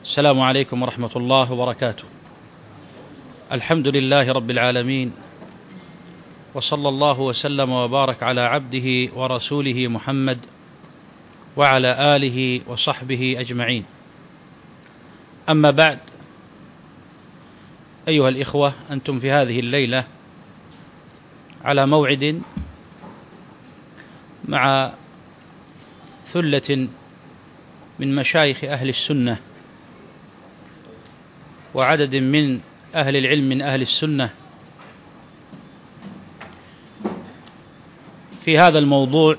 السلام عليكم ورحمة الله وبركاته. الحمد لله رب العالمين، وصلى الله وسلم وبارك على عبده ورسوله محمد وعلى آله وصحبه أجمعين. أما بعد، أيها الإخوة، أنتم في هذه الليلة على موعد مع ثلة من مشايخ أهل السنة وعدد من أهل العلم من أهل السنة في هذا الموضوع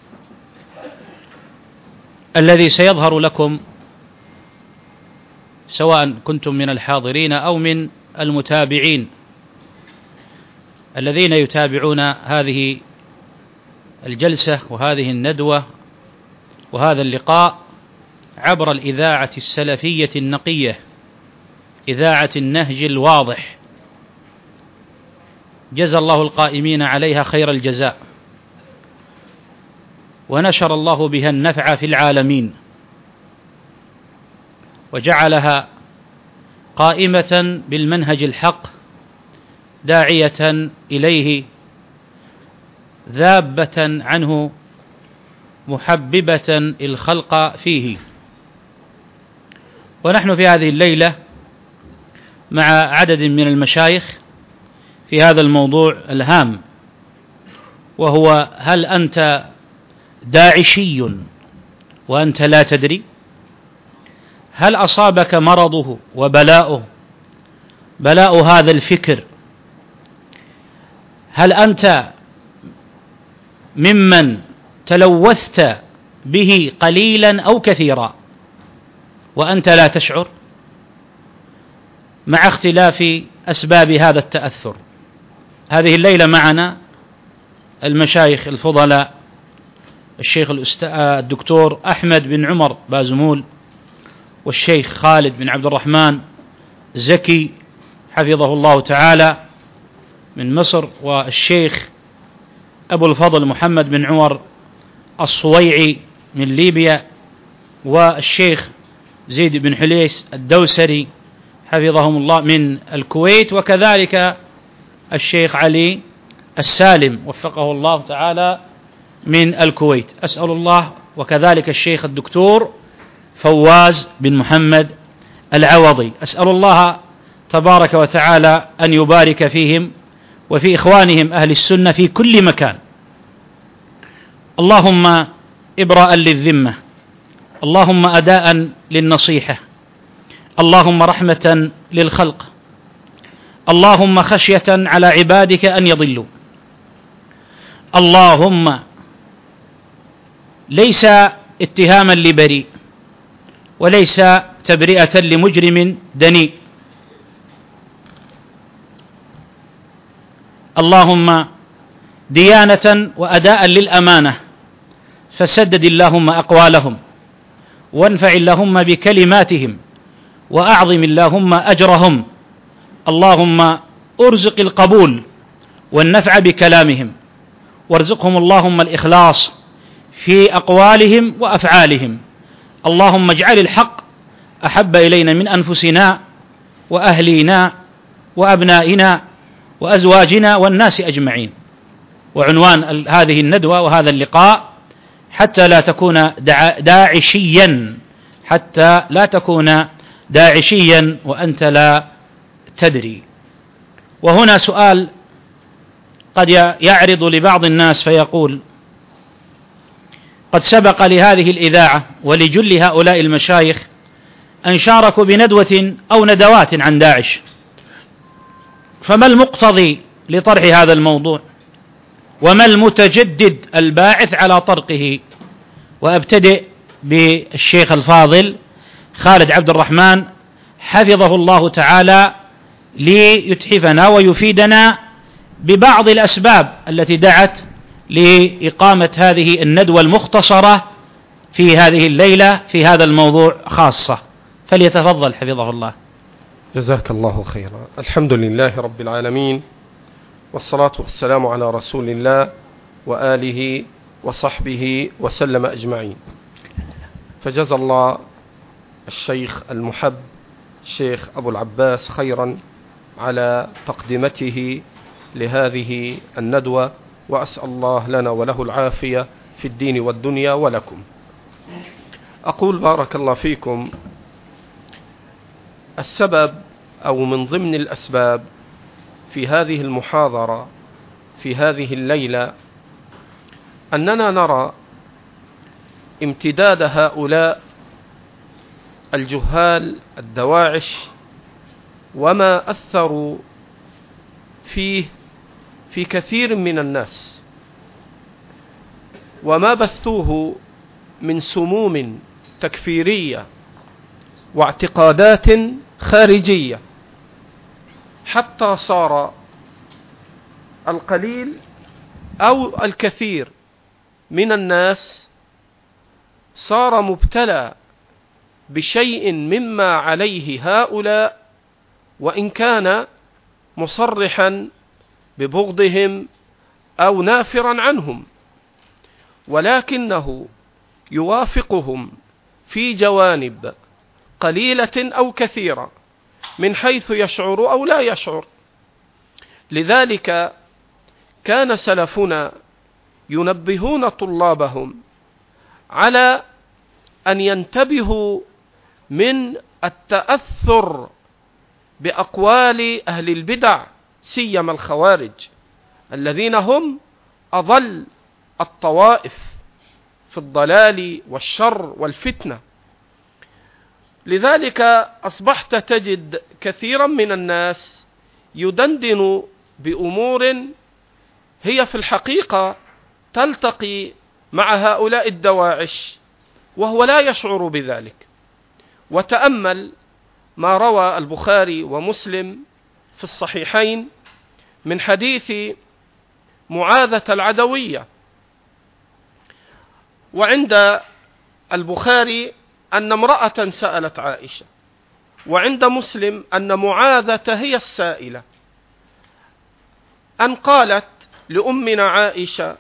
الذي سيظهر لكم سواء كنتم من الحاضرين أو من المتابعين الذين يتابعون هذه الجلسة وهذه الندوة وهذا اللقاء عبر الإذاعة السلفية النقية، إذاعة النهج الواضح، جزى الله القائمين عليها خير الجزاء، ونشر الله بها النفع في العالمين، وجعلها قائمة بالمنهج الحق داعية إليه ذابة عنه محببة الخلق فيه. ونحن في هذه الليلة مع عدد من المشايخ في هذا الموضوع الهام، وهو: هل أنت داعشي وأنت لا تدري؟ هل أصابك مرضه وبلاؤه، بلاء هذا الفكر؟ هل أنت ممن تلوثت به قليلا أو كثيرا وأنت لا تشعر؟ مع اختلاف أسباب هذا التأثر، هذه الليلة معنا المشايخ الفضلاء الشيخ الدكتور أحمد بن عمر بازمول، والشيخ خالد بن عبد الرحمن زكي حفظه الله تعالى من مصر، والشيخ أبو الفضل محمد بن عمر الصويعي من ليبيا، والشيخ زيد بن حليس الدوسري حفظهم الله من الكويت، وكذلك الشيخ علي السالم وفقه الله تعالى من الكويت. أسأل الله، وكذلك الشيخ الدكتور فواز بن محمد العوضي، أسأل الله تبارك وتعالى أن يبارك فيهم وفي إخوانهم أهل السنة في كل مكان. اللهم إبراء للذمة، اللهم أداء للنصيحة، اللهم رحمة للخلق، اللهم خشية على عبادك أن يضلوا، اللهم ليس اتهاما لبريء وليس تبرئة لمجرم دنيء، اللهم ديانة وأداء للأمانة، فسدد اللهم أقوالهم، وانفع اللهم بكلماتهم، وأعظم اللهم أجرهم، اللهم أرزق القبول والنفع بكلامهم، وارزقهم اللهم الإخلاص في أقوالهم وأفعالهم، اللهم اجعل الحق أحب إلينا من أنفسنا وأهلينا وأبنائنا وأزواجنا والناس أجمعين. وعنوان هذه الندوة وهذا اللقاء: حتى لا تكون داعشيا، حتى لا تكون داعشيا وأنت لا تدري. وهنا سؤال قد يعرض لبعض الناس فيقول: قد سبق لهذه الإذاعة ولجل هؤلاء المشايخ أن شاركوا بندوة أو ندوات عن داعش، فما المقتضي لطرح هذا الموضوع؟ وما المتجدد الباعث على طرقه؟ وأبتدئ بالشيخ الفاضل خالد عبد الرحمن حفظه الله تعالى ليتحفنا ويفيدنا ببعض الأسباب التي دعت لإقامة هذه الندوة المختصرة في هذه الليلة في هذا الموضوع خاصة، فليتفضل حفظه الله. جزاك الله خيرا. الحمد لله رب العالمين، والصلاة والسلام على رسول الله وآله وصحبه وسلم أجمعين. فجزى الله الشيخ المحب الشيخ أبو العباس خيرا على تقدمته لهذه الندوة، وأسأل الله لنا وله العافية في الدين والدنيا ولكم. أقول بارك الله فيكم، السبب أو من ضمن الأسباب في هذه المحاضرة في هذه الليلة أننا نرى امتداد هؤلاء الجهال الدواعش وما أثروا فيه في كثير من الناس، وما بثوه من سموم تكفيرية واعتقادات خارجية، حتى صار القليل أو الكثير من الناس صار مبتلى بشيء مما عليه هؤلاء، وإن كان مصرحا ببغضهم أو نافرا عنهم، ولكنه يوافقهم في جوانب قليلة أو كثيرة من حيث يشعر أو لا يشعر. لذلك كان سلفنا ينبهون طلابهم على أن ينتبهوا من التأثر بأقوال أهل البدع، سيما الخوارج الذين هم أضل الطوائف في الضلال والشر والفتنة. لذلك أصبحت تجد كثيرا من الناس يدندن بأمور هي في الحقيقة تلتقي مع هؤلاء الدواعش وهو لا يشعر بذلك. وتأمل ما روى البخاري ومسلم في الصحيحين من حديث معاذة العدوية، وعند البخاري أن امرأة سألت عائشة، وعند مسلم أن معاذة هي السائلة، أن قالت لأمنا عائشة: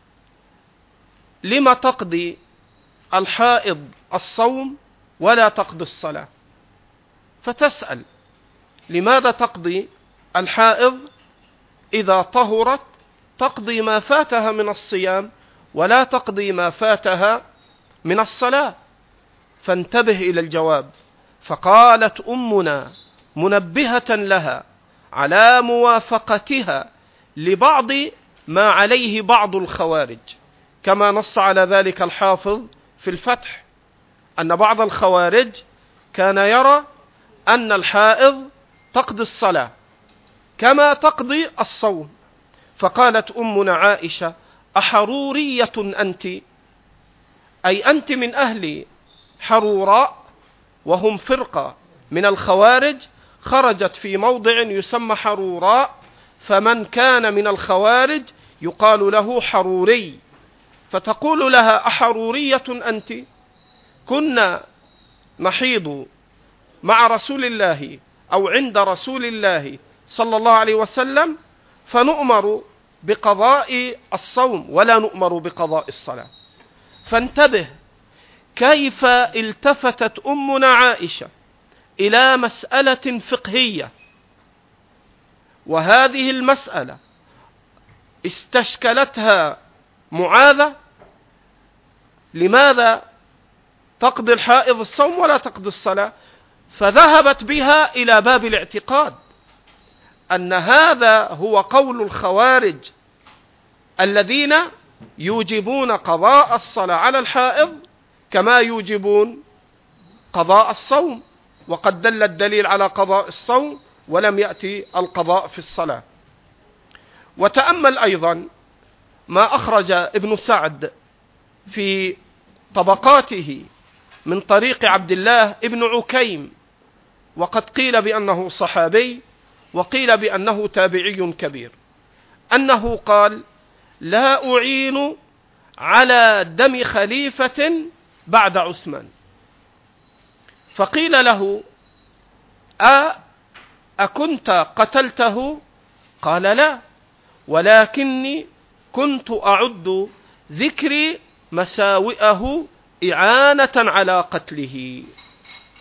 لما تقضي الحائض الصوم ولا تقضي الصلاة؟ فتسأل: لماذا تقضي الحائض إذا طهرت تقضي ما فاتها من الصيام ولا تقضي ما فاتها من الصلاة؟ فانتبه إلى الجواب. فقالت أمنا منبهة لها على موافقتها لبعض ما عليه بعض الخوارج، كما نص على ذلك الحافظ في الفتح، أن بعض الخوارج كان يرى أن الحائض تقضي الصلاة كما تقضي الصوم. فقالت أمنا عائشة: أحرورية أنت؟ أي أنت من أهل حروراء، وهم فرقة من الخوارج خرجت في موضع يسمى حروراء، فمن كان من الخوارج يقال له حروري. فتقول لها: أحرورية أنت؟ كنا نحيض مع رسول الله أو عند رسول الله صلى الله عليه وسلم، فنؤمر بقضاء الصوم ولا نؤمر بقضاء الصلاة. فانتبه كيف التفتت أمنا عائشة إلى مسألة فقهية، وهذه المسألة استشكلتها معاذة: لماذا تقضي الحائض الصوم ولا تقضي الصلاة؟ فذهبت بها إلى باب الاعتقاد، أن هذا هو قول الخوارج الذين يوجبون قضاء الصلاة على الحائض كما يوجبون قضاء الصوم، وقد دل الدليل على قضاء الصوم ولم يأتي القضاء في الصلاة. وتأمل أيضا ما أخرج ابن سعد في طبقاته من طريق عبد الله ابن عكيم، وقد قيل بأنه صحابي وقيل بأنه تابعي كبير، أنه قال: لا أعين على دم خليفة بعد عثمان. فقيل له: أكنت قتلته؟ قال: لا، ولكني كنت أعد ذكري مساوئه إعانة على قتله.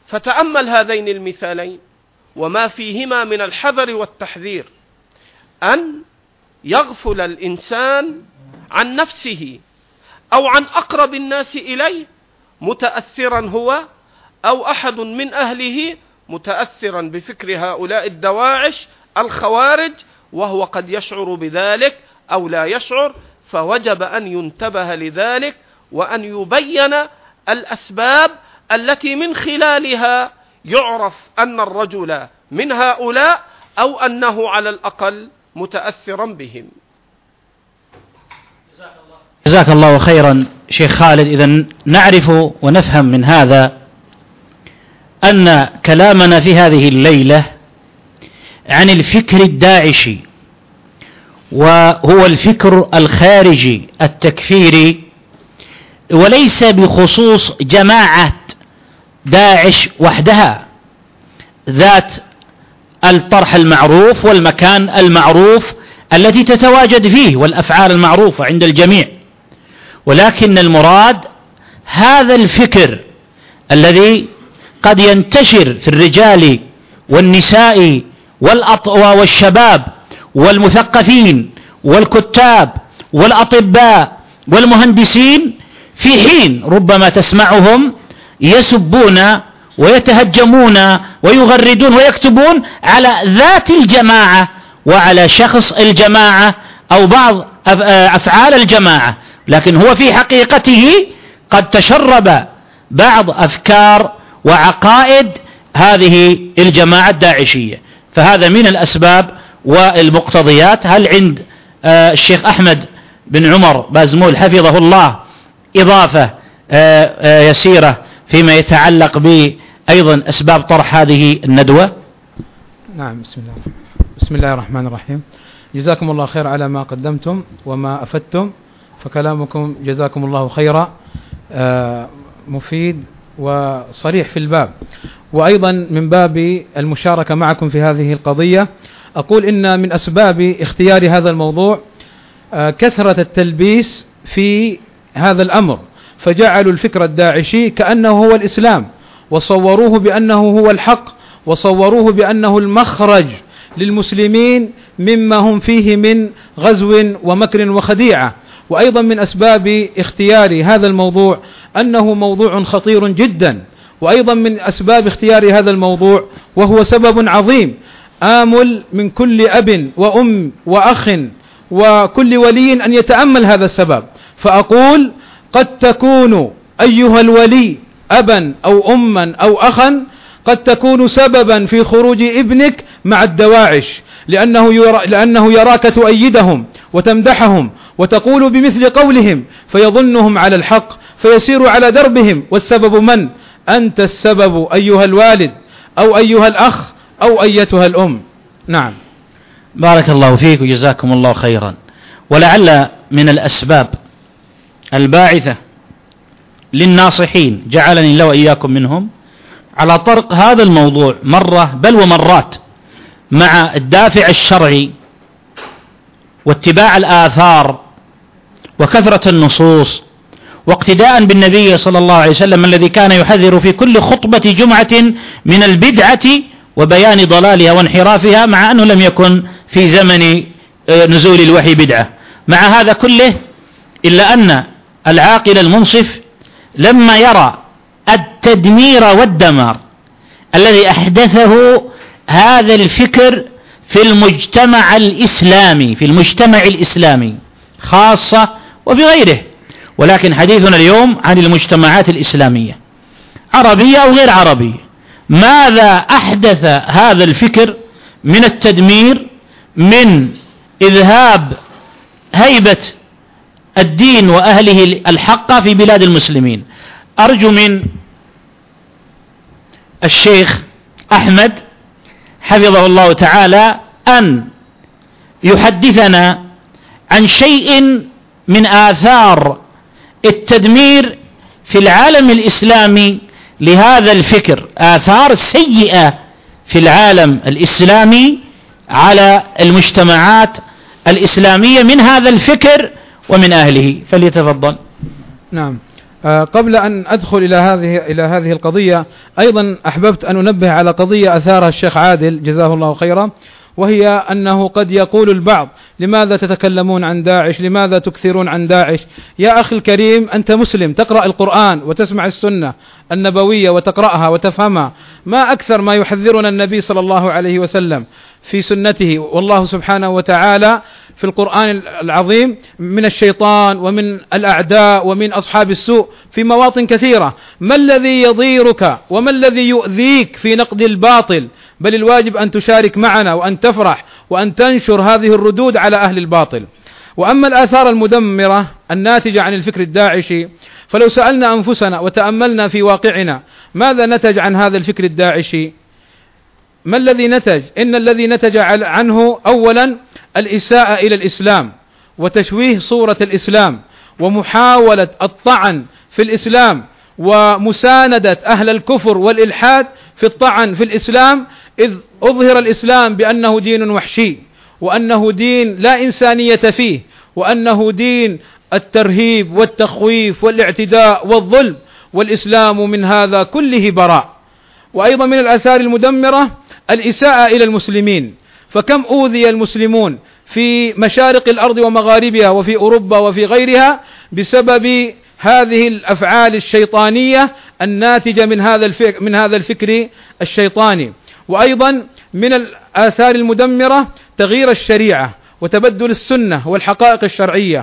فتأمل هذين المثالين وما فيهما من الحذر والتحذير، أن يغفل الإنسان عن نفسه أو عن أقرب الناس إليه متأثرا هو أو أحد من أهله متأثرا بفكر هؤلاء الدواعش الخوارج، وهو قد يشعر بذلك أو لا يشعر، فوجب أن ينتبه لذلك وأن يبين الأسباب التي من خلالها يعرف أن الرجل من هؤلاء أو أنه على الأقل متأثرا بهم. جزاك الله خيرا شيخ خالد. إذن نعرف ونفهم من هذا أن كلامنا في هذه الليلة عن الفكر الداعشي، وهو الفكر الخارجي التكفيري، وليس بخصوص جماعة داعش وحدها ذات الطرح المعروف والمكان المعروف التي تتواجد فيه والأفعال المعروفة عند الجميع، ولكن المراد هذا الفكر الذي قد ينتشر في الرجال والنساء والشباب والمثقفين والكتاب والأطباء والمهندسين، في حين ربما تسمعهم يسبون ويتهجمون ويغردون ويكتبون على ذات الجماعة وعلى شخص الجماعة أو بعض أفعال الجماعة، لكن هو في حقيقته قد تشرب بعض أفكار وعقائد هذه الجماعة الداعشية. فهذا من الأسباب والمقتضيات. هل عند الشيخ أحمد بن عمر بازمول حفظه الله إضافة يسيرة فيما يتعلق بأيضا أسباب طرح هذه الندوة؟ نعم. بسم الله الرحمن الرحيم. جزاكم الله خير على ما قدمتم وما أفدتم، فكلامكم جزاكم الله خيرا مفيد وصريح في الباب. وأيضا من باب المشاركة معكم في هذه القضية أقول إن من أسباب اختيار هذا الموضوع كثرة التلبيس في هذا الأمر، فجعلوا الفكر الداعشي كأنه هو الإسلام، وصوروه بأنه هو الحق، وصوروه بأنه المخرج للمسلمين مما هم فيه من غزو ومكر وخديعة. وأيضا من أسباب اختيار هذا الموضوع أنه موضوع خطير جدا، وأيضا من أسباب اختيار هذا الموضوع وهو سبب عظيم آمل من كل أب وأم وأخ وكل ولي أن يتأمل هذا السبب. فأقول قد تكون أيها الولي أبا أو أما أو أخا، قد تكون سببا في خروج ابنك مع الدواعش، لأنه يراك تؤيدهم وتمدحهم وتقول بمثل قولهم، فيظنهم على الحق فيسير على دربهم. والسبب من؟ أنت السبب أيها الوالد أو أيها الأخ أو أيتها الأم. نعم. بارك الله فيك وجزاكم الله خيرا. ولعل من الأسباب الباعثة للناصحين جعلني الله وإياكم منهم على طرق هذا الموضوع مرة بل ومرات مع الدافع الشرعي واتباع الآثار وكثرة النصوص واقتداء بالنبي صلى الله عليه وسلم الذي كان يحذر في كل خطبة جمعة من البدعة وبيان ضلالها وانحرافها، مع أنه لم يكن في زمن نزول الوحي بدعة. مع هذا كله إلا أن العاقل المنصف لما يرى التدمير والدمار الذي أحدثه هذا الفكر في المجتمع الإسلامي خاصة وفي غيره، ولكن حديثنا اليوم عن المجتمعات الإسلامية عربية أو غير عربية، ماذا أحدث هذا الفكر من التدمير، من إذهاب هيبة الدين وأهله الحق في بلاد المسلمين. أرجو من الشيخ أحمد حفظه الله تعالى أن يحدثنا عن شيء من آثار التدمير في العالم الإسلامي لهذا الفكر، آثار سيئة في العالم الإسلامي على المجتمعات الإسلامية من هذا الفكر ومن أهله. فليتفضل. نعم. قبل أن أدخل إلى هذه القضية، أيضا أحببت أن أنبه على قضية أثارها الشيخ عادل جزاه الله خيرا، وهي أنه قد يقول البعض: لماذا تتكلمون عن داعش؟ لماذا تكثرون عن داعش؟ يا أخي الكريم، أنت مسلم تقرأ القرآن وتسمع السنة النبوية وتقرأها وتفهمها، ما أكثر ما يحذرنا النبي صلى الله عليه وسلم في سنته، والله سبحانه وتعالى في القرآن العظيم، من الشيطان ومن الأعداء ومن أصحاب السوء في مواطن كثيرة. ما الذي يضيرك وما الذي يؤذيك في نقد الباطل؟ بل الواجب أن تشارك معنا وأن تفرح وأن تنشر هذه الردود على أهل الباطل. وأما الآثار المدمرة الناتجة عن الفكر الداعشي، فلو سألنا أنفسنا وتأملنا في واقعنا، ماذا نتج عن هذا الفكر الداعشي؟ ما الذي نتج؟ إن الذي نتج عنه أولا الإساءة إلى الإسلام وتشويه صورة الإسلام ومحاولة الطعن في الإسلام ومساندة أهل الكفر والإلحاد في الطعن في الإسلام، إذ أظهر الإسلام بأنه دين وحشي، وأنه دين لا إنسانية فيه، وأنه دين الترهيب والتخويف والاعتداء والظلم، والإسلام من هذا كله براء. وأيضا من الآثار المدمرة الإساءة إلى المسلمين، فكم أوذي المسلمون في مشارق الأرض ومغاربها وفي أوروبا وفي غيرها بسبب هذه الأفعال الشيطانية الناتجة من هذا الفكر الشيطاني. وأيضا من الآثار المدمرة تغيير الشريعة وتبدل السنة والحقائق الشرعية،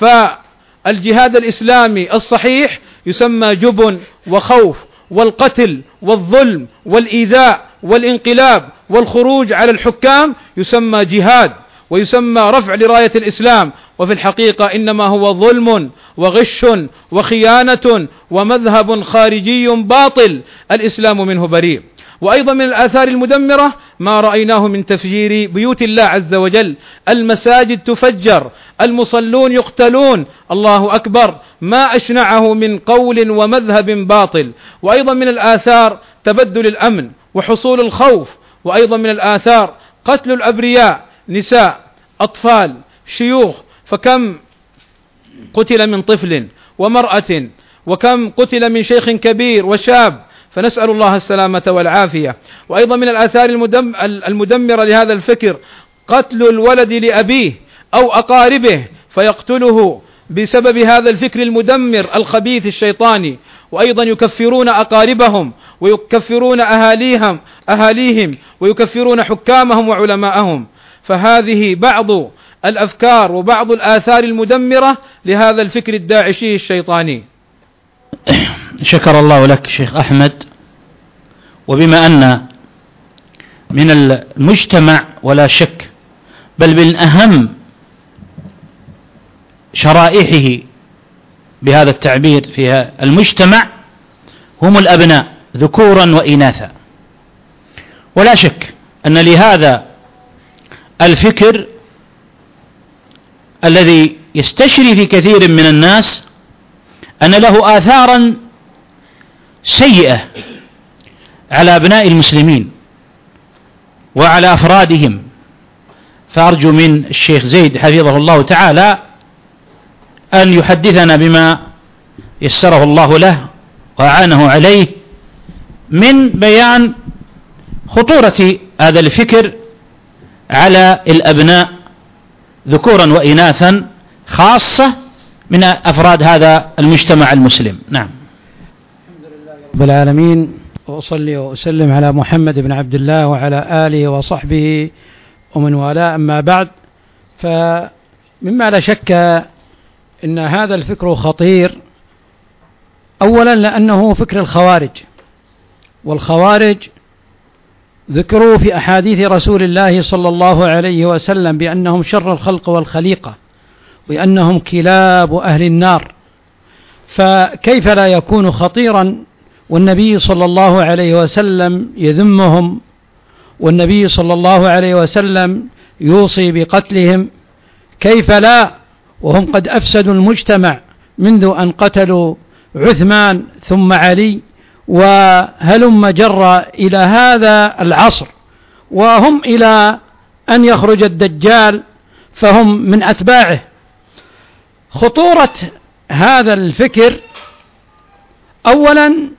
فالجهاد الإسلامي الصحيح يسمى جبن وخوف والقتل والظلم والإيذاء والانقلاب والخروج على الحكام يسمى جهاد ويسمى رفع لراية الإسلام، وفي الحقيقة إنما هو ظلم وغش وخيانة ومذهب خارجي باطل الإسلام منه بريء. وأيضا من الآثار المدمرة ما رأيناه من تفجير بيوت الله عز وجل، المساجد تفجر، المصلون يقتلون، الله أكبر، ما أشنعه من قول ومذهب باطل. وأيضا من الآثار تبدل الأمن وحصول الخوف. وأيضا من الآثار قتل الأبرياء، نساء، أطفال، شيوخ، فكم قتل من طفل ومرأة، وكم قتل من شيخ كبير وشاب، فنسأل الله السلامة والعافية. وأيضا من الآثار المدمرة لهذا الفكر قتل الولد لأبيه أو أقاربه فيقتله بسبب هذا الفكر المدمر الخبيث الشيطاني. وأيضا يكفرون أقاربهم ويكفرون أهاليهم ويكفرون حكامهم وعلماءهم. فهذه بعض الأفكار وبعض الآثار المدمرة لهذا الفكر الداعشي الشيطاني. شكر الله لك شيخ أحمد. وبما أن من المجتمع ولا شك بل من أهم شرائحه بهذا التعبير في المجتمع هم الأبناء ذكورا وإناثا، ولا شك أن لهذا الفكر الذي يستشري في كثير من الناس أن له آثارا سيئة على أبناء المسلمين وعلى أفرادهم. فأرجو من الشيخ زيد حفظه الله تعالى أن يحدثنا بما يسره الله له وأعانه عليه من بيان خطورة هذا الفكر على الأبناء ذكورا وإناثا خاصة من أفراد هذا المجتمع المسلم. نعم. الحمد لله رب العالمين، وأصلي وأسلم على محمد بن عبد الله وعلى آله وصحبه ومن والاه، أما بعد، فمما لا شك إن هذا الفكر خطير، أولا لأنه فكر الخوارج، والخوارج ذكروا في أحاديث رسول الله صلى الله عليه وسلم بأنهم شر الخلق والخليقة وأنهم كلاب أهل النار، فكيف لا يكون خطيرا والنبي صلى الله عليه وسلم يذمهم، والنبي صلى الله عليه وسلم يوصي بقتلهم؟ كيف لا وهم قد أفسدوا المجتمع منذ أن قتلوا عثمان ثم علي وهلم جرى إلى هذا العصر، وهم إلى أن يخرج الدجال فهم من أتباعه. خطورة هذا الفكر أولا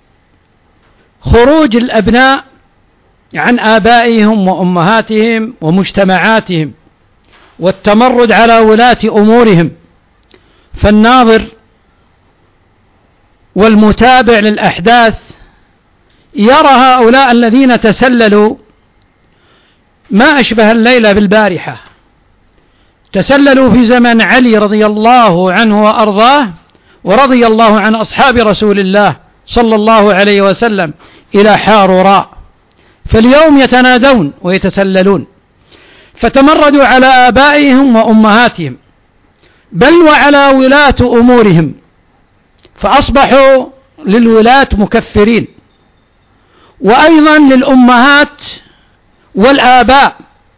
خروج الأبناء عن آبائهم وأمهاتهم ومجتمعاتهم والتمرد على ولاة أمورهم، فالناظر والمتابع للأحداث يرى هؤلاء الذين تسللوا ما أشبه الليلة بالبارحة. تسللوا في زمن علي رضي الله عنه وأرضاه ورضي الله عن أصحاب رسول الله صلى الله عليه وسلم إلى حاروراء، فاليوم يتنادون ويتسللون، فتمردوا على آبائهم وأمهاتهم بل وعلى ولاة أمورهم، فأصبحوا للولاة مكفرين، وأيضا للأمهات والآباء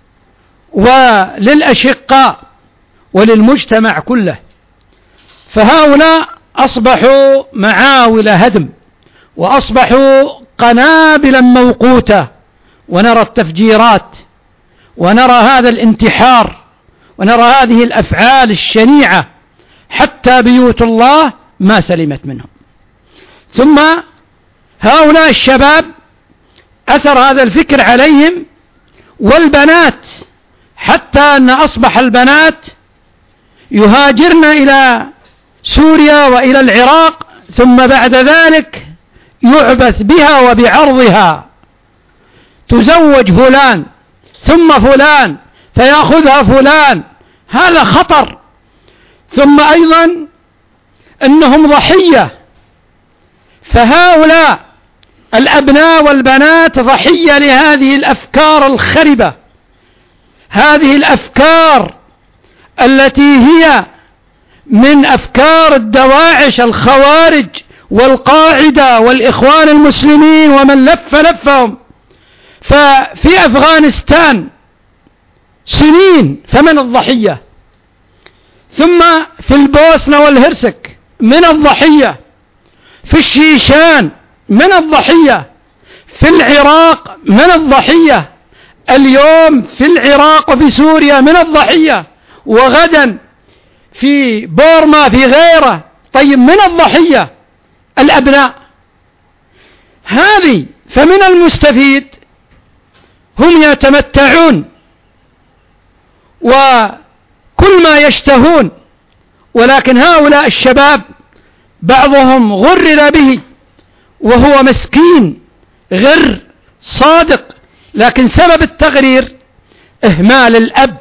وللأشقاء وللمجتمع كله. فهؤلاء أصبحوا معاول هدم، وأصبحوا قنابلا موقوتة، ونرى التفجيرات، ونرى هذا الانتحار، ونرى هذه الأفعال الشنيعة، حتى بيوت الله ما سلمت منهم. ثم هؤلاء الشباب أثر هذا الفكر عليهم، والبنات، حتى أن أصبح البنات يهاجرن إلى سوريا وإلى العراق، ثم بعد ذلك يعبث بها وبعرضها، تزوج فلان ثم فلان فيأخذها فلان، هذا خطر. ثم أيضا أنهم ضحية، فهؤلاء الأبناء والبنات ضحية لهذه الأفكار الخربة، هذه الأفكار التي هي من أفكار الدواعش الخوارج والقاعدة والإخوان المسلمين ومن لفهم. ففي أفغانستان سنين فمن الضحية، ثم في البوسنة والهرسك من الضحية، في الشيشان من الضحية، في العراق من الضحية، اليوم في العراق وفي سوريا من الضحية، وغدا في بورما في غيره. طيب من الضحية الأبناء هذه، فمن المستفيد هم يتمتعون وكل ما يشتهون، ولكن هؤلاء الشباب بعضهم غرر به وهو مسكين غر صادق، لكن سبب التغرير إهمال الأب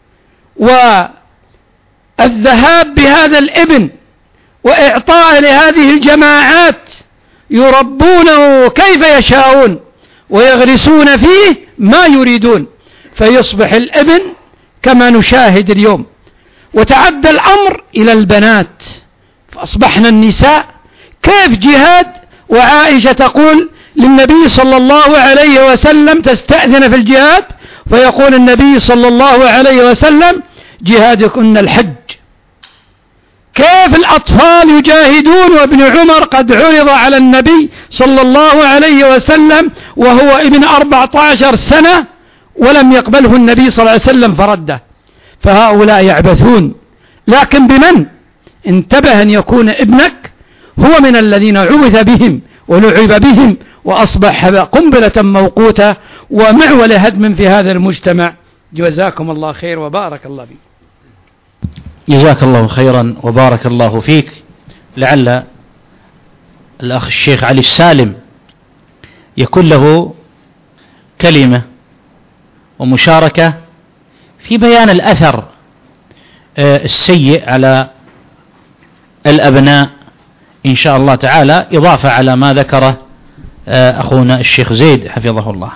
والذهاب بهذا الابن وإعطاء لهذه الجماعات يربونه كيف يشاءون ويغرسون فيه ما يريدون، فيصبح الابن كما نشاهد اليوم. وتعدى الأمر إلى البنات، فأصبحنا النساء كيف جهاد، وعائشة تقول للنبي صلى الله عليه وسلم تستأذن في الجهاد، فيقول النبي صلى الله عليه وسلم جهادكن الحج. كيف الأطفال يجاهدون، وابن عمر قد عرض على النبي صلى الله عليه وسلم وهو ابن 14 سنة ولم يقبله النبي صلى الله عليه وسلم فرده. فهؤلاء يعبثون، لكن بمن؟ انتبه أن يكون ابنك هو من الذين عبث بهم ولعب بهم، وأصبح قنبلة موقوتة ومعول هدم في هذا المجتمع. جزاكم الله خير وبارك الله فيك. جزاك الله خيرا وبارك الله فيك. لعل الأخ الشيخ علي السالم يكون له كلمة ومشاركة في بيان الأثر السيء على الأبناء إن شاء الله تعالى، إضافة على ما ذكره أخونا الشيخ زيد حفظه الله.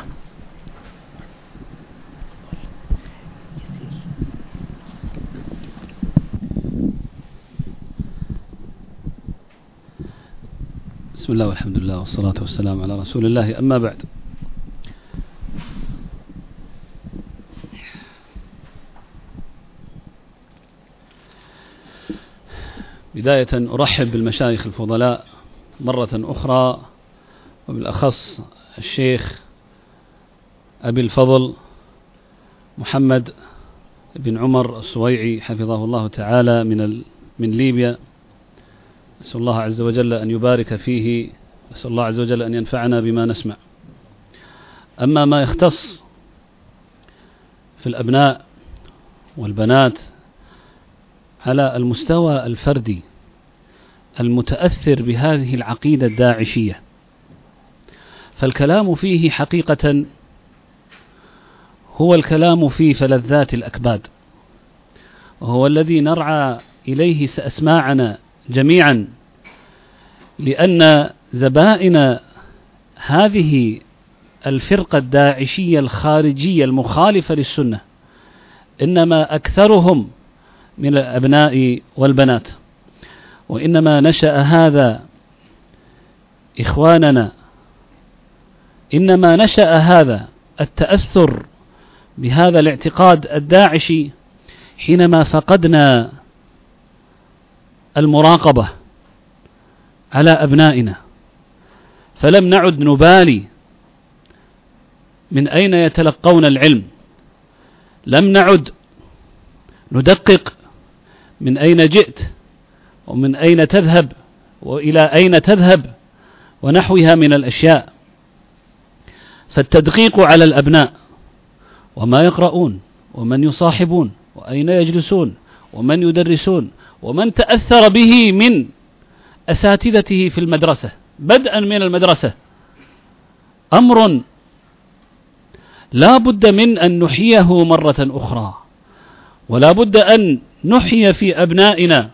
بسم الله والحمد لله والصلاة والسلام على رسول الله، أما بعد. بداية أرحب بالمشايخ الفضلاء مرة أخرى، وبالأخص الشيخ أبي الفضل محمد بن عمر السويعي حفظه الله تعالى من ليبيا، نسأل الله عز وجل أن يبارك فيه، نسأل الله عز وجل أن ينفعنا بما نسمع. أما ما يختص في الأبناء والبنات على المستوى الفردي المتأثر بهذه العقيدة الداعشية، فالكلام فيه حقيقة هو الكلام في فلذات الأكباد، وهو الذي نرعى إليه أسماعنا جميعا، لأن زبائن هذه الفرقة الداعشية الخارجية المخالفة للسنة إنما أكثرهم من الأبناء والبنات، وإنما نشأ هذا إخواننا، إنما نشأ هذا التأثر بهذا الاعتقاد الداعشي حينما فقدنا المراقبة على أبنائنا، فلم نعد نبالي من أين يتلقون العلم، لم نعد ندقق من أين جئت ومن أين تذهب وإلى أين تذهب ونحوها من الأشياء. فالتدقيق على الأبناء وما يقرؤون ومن يصاحبون وأين يجلسون ومن يدرسون ومن تأثر به من أساتذته في المدرسة بدءا من المدرسة أمر لا بد من أن نحييه مرة أخرى، ولا بد أن نحيي في أبنائنا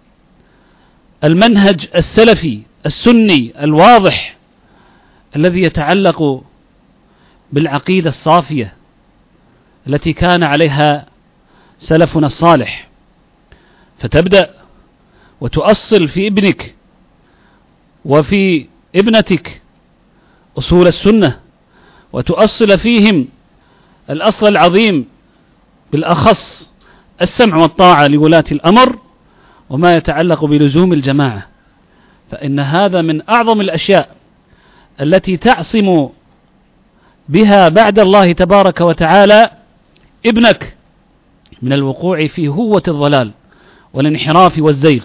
المنهج السلفي السني الواضح الذي يتعلق بالعقيدة الصافية التي كان عليها سلفنا الصالح، فتبدأ وتؤصل في ابنك وفي ابنتك أصول السنة، وتؤصل فيهم الأصل العظيم بالأخص السمع والطاعة لولاة الأمر وما يتعلق بلزوم الجماعة، فإن هذا من أعظم الأشياء التي تعصم بها بعد الله تبارك وتعالى ابنك من الوقوع في هوة الضلال والانحراف والزيغ.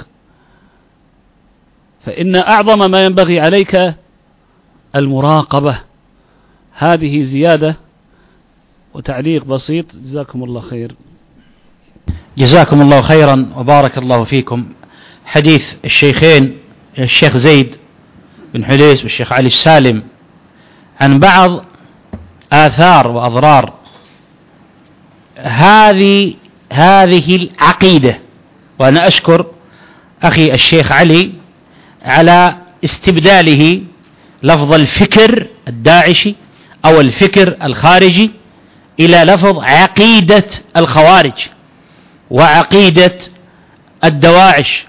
فإن أعظم ما ينبغي عليك المراقبة. هذه زيادة وتعليق بسيط، جزاكم الله خير. جزاكم الله خيرا وبارك الله فيكم. حديث الشيخين الشيخ زيد بن حليس والشيخ علي السالم عن بعض آثار وأضرار هذه العقيدة، وأنا أشكر أخي الشيخ علي على استبداله لفظ الفكر الداعشي أو الفكر الخارجي إلى لفظ عقيدة الخوارج وعقيدة الدواعش.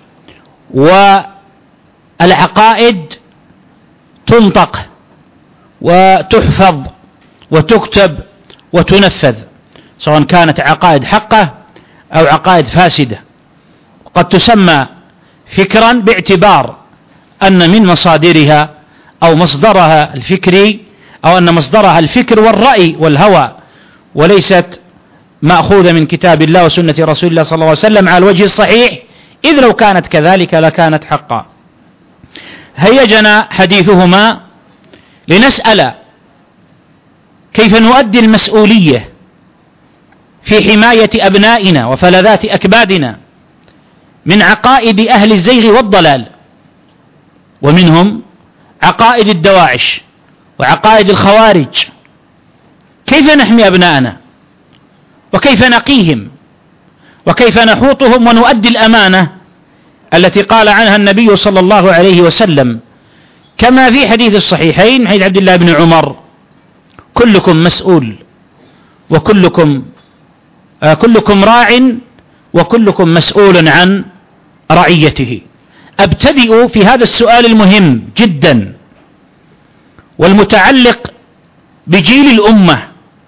والعقائد تنطق وتحفظ وتكتب وتنفذ، سواء كانت عقائد حقة أو عقائد فاسدة، وقد تسمى فكرا باعتبار أن من مصادرها أو مصدرها الفكري، أو أن مصدرها الفكر والرأي والهوى، وليست مأخوذة من كتاب الله وسنة رسول الله صلى الله عليه وسلم على الوجه الصحيح، إذ لو كانت كذلك لكانت حقا. هيجنا حديثهما لنسأل كيف نؤدي المسؤولية في حماية أبنائنا وفلذات أكبادنا من عقائد أهل الزيغ والضلال، ومنهم عقائد الدواعش وعقائد الخوارج. كيف نحمي أبنائنا وكيف نقيهم وكيف نحوطهم ونؤدي الأمانة التي قال عنها النبي صلى الله عليه وسلم كما في حديث الصحيحين من حديث عبد الله بن عمر: كلكم مسؤول وكلكم راع وكلكم مسؤول عن رعيته. أبتدئ في هذا السؤال المهم جدا والمتعلق بجيل الأمة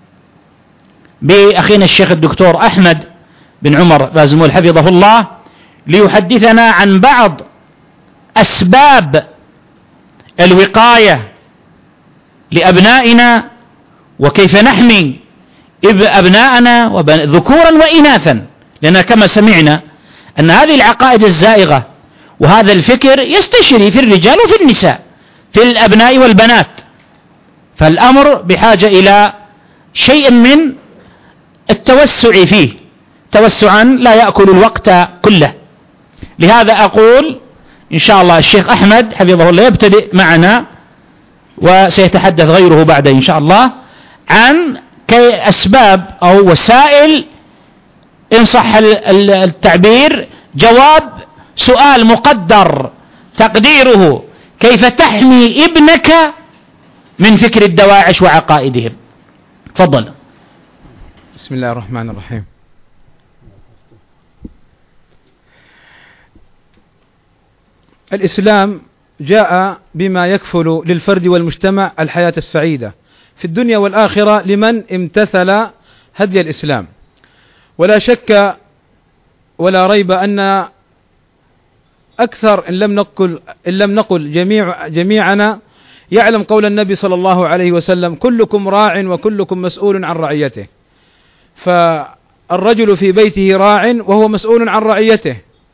بأخينا الشيخ الدكتور أحمد بن عمر بازمول حفظه الله، ليحدثنا عن بعض أسباب الوقاية لأبنائنا وكيف نحمي أبناءنا ذكورا وإناثا، لأن كما سمعنا أن هذه العقائد الزائغة وهذا الفكر يستشري في الرجال وفي النساء، في الأبناء والبنات، فالأمر بحاجة إلى شيء من التوسع فيه، توسعا لا يأكل الوقت كله. لهذا أقول إن شاء الله الشيخ أحمد حفظه الله يبتدئ معنا، وسيتحدث غيره بعد إن شاء الله عن أسباب أو وسائل، إن صح التعبير، جواب سؤال مقدر تقديره: كيف تحمي ابنك من فكر الدواعش وعقائدهم؟ تفضل. بسم الله الرحمن الرحيم. الإسلام جاء بما يكفل للفرد والمجتمع الحياة السعيدة في الدنيا والآخرة لمن امتثل هدي الإسلام. ولا شك ولا ريب أن أكثر إن لم نقل جميعنا يعلم قول النبي صلى الله عليه وسلم: كلكم راع وكلكم مسؤول عن رعيته. فالرجل في بيته راع وهو مسؤول عن رعيته.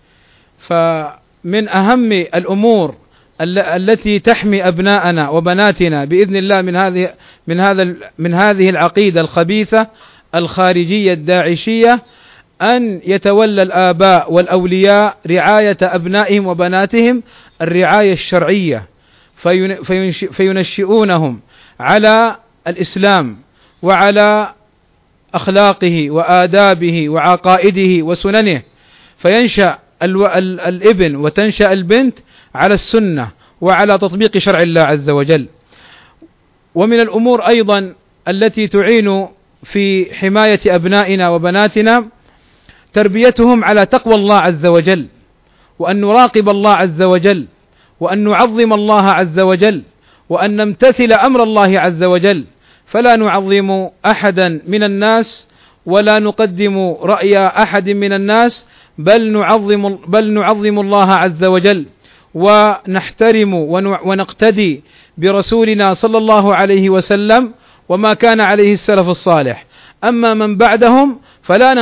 فمن أهم الأمور التي تحمي أبناءنا وبناتنا بإذن الله من هذه العقيدة الخبيثة الخارجية الداعشية أن يتولى الآباء والأولياء رعاية أبنائهم وبناتهم الرعاية الشرعية، فينشئونهم على الإسلام وعلى أخلاقه وآدابه وعقائده وسننه، فينشأ الابن وتنشأ البنت على السنة وعلى تطبيق شرع الله عز وجل. ومن الأمور أيضا التي تعين في حماية أبنائنا وبناتنا تربيتهم على تقوى الله عز وجل، وأن نراقب الله عز وجل، وأن نعظم الله عز وجل، وأن نمتثل أمر الله عز وجل، فلا نعظم أحدا من الناس ولا نقدم رأي أحد من الناس، بل نعظم الله عز وجل، ونحترم ونقتدي برسولنا صلى الله عليه وسلم وما كان عليه السلف الصالح. أما من بعدهم فلا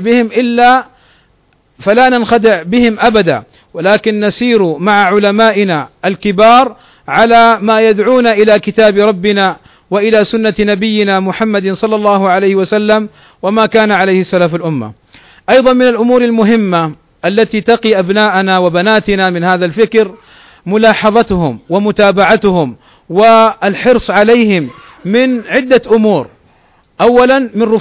ننخدع بهم أبدا، ولكن نسير مع علمائنا الكبار على ما يدعون إلى كتاب ربنا وإلى سنة نبينا محمد صلى الله عليه وسلم وما كان عليه سلف الأمة. أيضا من الأمور المهمة التي تقي أبناءنا وبناتنا من هذا الفكر ملاحظتهم ومتابعتهم والحرص عليهم من عدة أمور. أولا من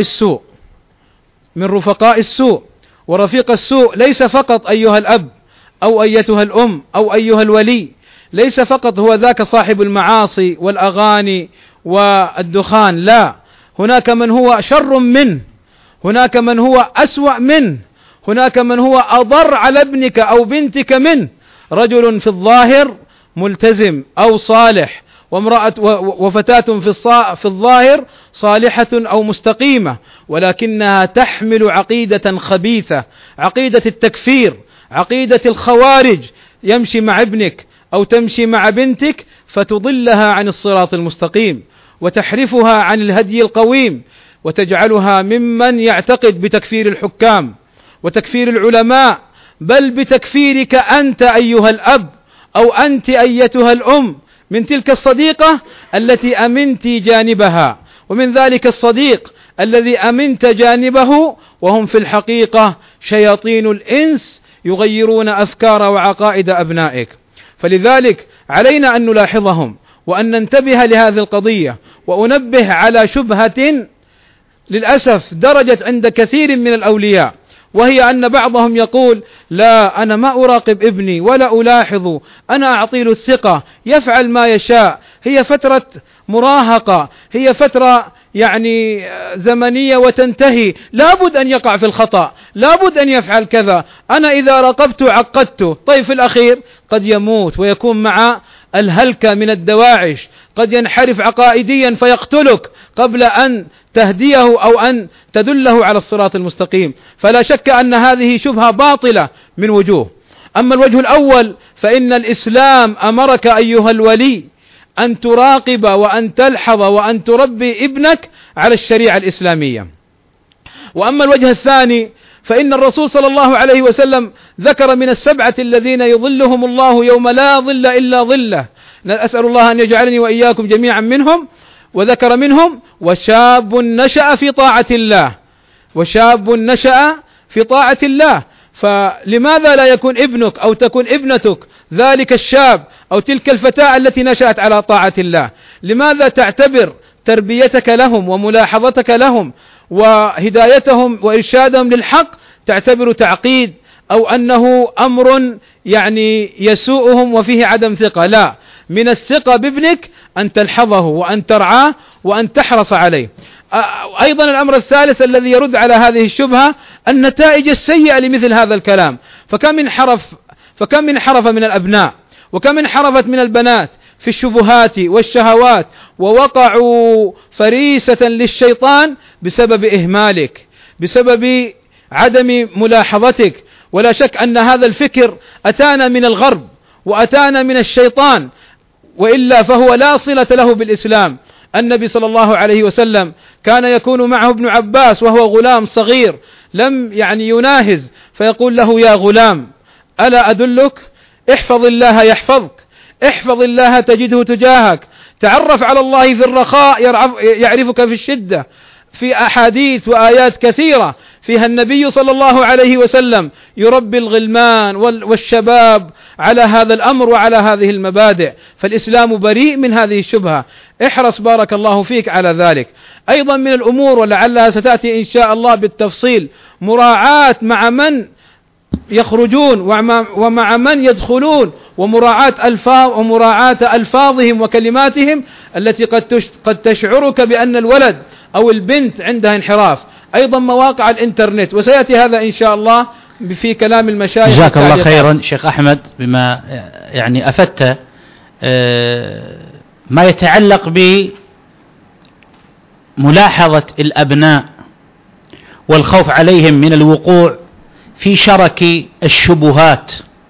رفقاء السوء، ورفيق السوء ليس فقط أيها الأب أو أيتها الأم أو أيها الولي، ليس فقط هو ذاك صاحب المعاصي والأغاني والدخان، لا، هناك من هو شر منه، هناك من هو أسوأ منه، هناك من هو أضر على ابنك أو بنتك منه. رجل في الظاهر ملتزم أو صالح، وفتاة في الظاهر صالحة أو مستقيمة، ولكنها تحمل عقيدة خبيثة، عقيدة التكفير، عقيدة الخوارج، يمشي مع ابنك أو تمشي مع بنتك فتضلها عن الصراط المستقيم وتحرفها عن الهدي القويم، وتجعلها ممن يعتقد بتكفير الحكام وتكفير العلماء، بل بتكفيرك أنت أيها الأب أو أنت أيتها الأم من تلك الصديقة التي أمنت جانبها، ومن ذلك الصديق الذي أمنت جانبه، وهم في الحقيقة شياطين الإنس يغيرون أفكار وعقائد أبنائك. فلذلك علينا أن نلاحظهم وأن ننتبه لهذه القضية، وأنبه على شبهة للأسف درجت عند كثير من الأولياء، وهي أن بعضهم يقول: لا، أنا ما أراقب ابني ولا ألاحظه، أنا أعطي له الثقة، يفعل ما يشاء، هي فترة مراهقة، هي فترة يعني زمنية وتنتهي، لابد أن يقع في الخطأ، لابد أن يفعل كذا، أنا إذا راقبته عقدته. طيب في الأخير قد يموت ويكون مع الهلكة من الدواعش، قد ينحرف عقائديا فيقتلك قبل أن تهديه أو أن تدله على الصراط المستقيم. فلا شك أن هذه شبهة باطلة من وجوه. أما الوجه الأول فإن الإسلام أمرك أيها الولي أن تراقب وأن تلحظ وأن تربي ابنك على الشريعة الإسلامية. وأما الوجه الثاني فإن الرسول صلى الله عليه وسلم ذكر من السبعة الذين يظلهم الله يوم لا ظل إلا ظله، أسأل الله أن يجعلني وإياكم جميعا منهم، وذكر منهم وشاب نشأ في طاعة الله، وشاب نشأ في طاعة الله. فلماذا لا يكون ابنك أو تكون ابنتك ذلك الشاب أو تلك الفتاة التي نشأت على طاعة الله؟ لماذا تعتبر تربيتك لهم وملاحظتك لهم وهدايتهم وإرشادهم للحق تعتبر تعقيد أو أنه أمر يعني يسوءهم وفيه عدم ثقة؟ لا، من الثقة بابنك أن تلحظه وأن ترعاه وأن تحرص عليه. أيضا الأمر الثالث الذي يرد على هذه الشبهة النتائج السيئة لمثل هذا الكلام. فكم انحرف من الأبناء وكم انحرفت من البنات في الشبهات والشهوات ووقعوا فريسة للشيطان بسبب إهمالك، بسبب عدم ملاحظتك. ولا شك أن هذا الفكر أتانا من الغرب وأتانا من الشيطان، وإلا فهو لا صلة له بالإسلام. النبي صلى الله عليه وسلم كان يكون معه ابن عباس وهو غلام صغير لم يناهز، فيقول له: يا غلام ألا أدلك؟ احفظ الله يحفظك، احفظ الله تجده تجاهك، تعرف على الله في الرخاء يعرفك في الشدة. في أحاديث وآيات كثيرة فيها النبي صلى الله عليه وسلم يربي الغلمان والشباب على هذا الأمر وعلى هذه المبادئ، فالإسلام بريء من هذه الشبهة. احرص بارك الله فيك على ذلك. أيضا من الأمور ولعلها ستأتي إن شاء الله بالتفصيل مراعاة مع من يخرجون ومع من يدخلون، ومراعاة ألفاظهم وكلماتهم التي قد تشعرك بأن الولد أو البنت عندها انحراف. أيضا مواقع الإنترنت، وسيأتي هذا إن شاء الله في كلام المشايخ. جزاك الله خيرا شيخ أحمد بما أفدت ما يتعلق بملاحظة الأبناء والخوف عليهم من الوقوع في شرك الشبهات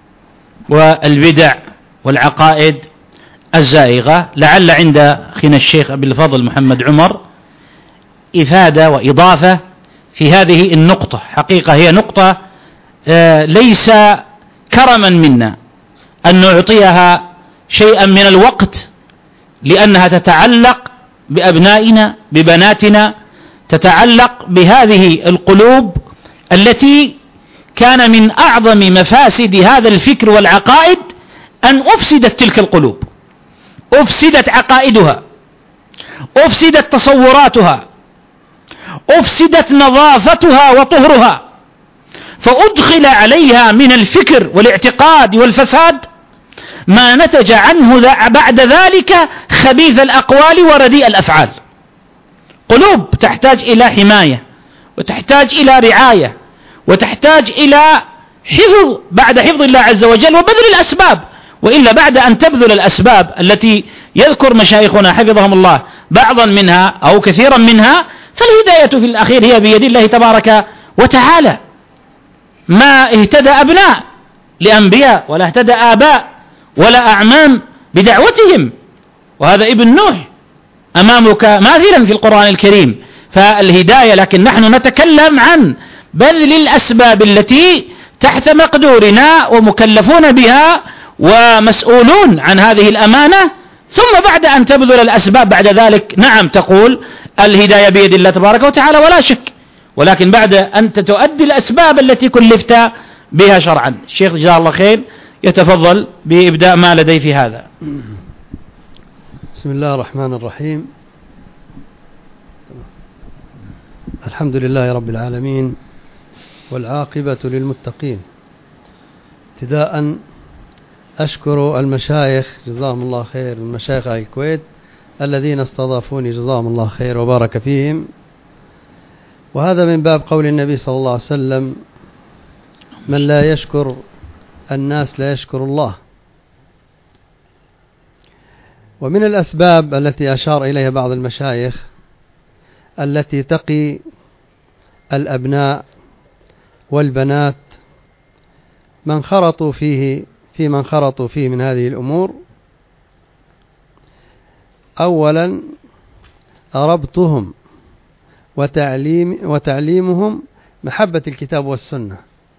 والبدع والعقائد الزائغة. لعل عند أخينا الشيخ أبي الفضل محمد عمر إفادة وإضافة في هذه النقطة. حقيقة هي نقطة ليس كرما منا أن نعطيها شيئا من الوقت، لأنها تتعلق بأبنائنا ببناتنا، تتعلق بهذه القلوب التي كان من أعظم مفاسد هذا الفكر والعقائد أن أفسدت تلك القلوب، أفسدت عقائدها، أفسدت تصوراتها، أفسدت نظافتها وطهرها، فأدخل عليها من الفكر والاعتقاد والفساد ما نتج عنه بعد ذلك خبيث الأقوال ورديء الأفعال. قلوب تحتاج إلى حماية، وتحتاج إلى رعاية، وتحتاج إلى حفظ بعد حفظ الله عز وجل وبذل الأسباب. وإلا بعد أن تبذل الأسباب التي يذكر مشايخنا حفظهم الله بعضا منها أو كثيرا منها، فالهداية في الأخير هي بيد الله تبارك وتعالى. ما اهتدى أبناء لأنبياء ولا اهتدى آباء ولا أعمام بدعوتهم، وهذا ابن نوح أمامك ماثلا في القرآن الكريم. فالهداية، لكن نحن نتكلم عن بذل الأسباب التي تحت مقدورنا ومكلفون بها ومسؤولون عن هذه الأمانة. ثم بعد أن تبذل الأسباب بعد ذلك نعم تقول الهداية بيد الله تبارك وتعالى ولا شك، ولكن بعد أن تؤدي الأسباب التي كلفت بها شرعا. الشيخ جزاه الله خير يتفضل بإبداء ما لديه في هذا. بسم الله الرحمن الرحيم. الحمد لله رب العالمين والعاقبة للمتقين. ابتداء أشكر المشايخ جزاهم الله خير، المشايخ الكويت الذين استضافوني جزاهم الله خير وبارك فيهم. وهذا من باب قول النبي صلى الله عليه وسلم: من لا يشكر الناس لا يشكر الله. ومن الأسباب التي أشار إليها بعض المشايخ التي تقي الأبناء والبنات من خرطوا فيه من هذه الأمور: أولا ربطهم وتعليمهم محبة الكتاب والسنة.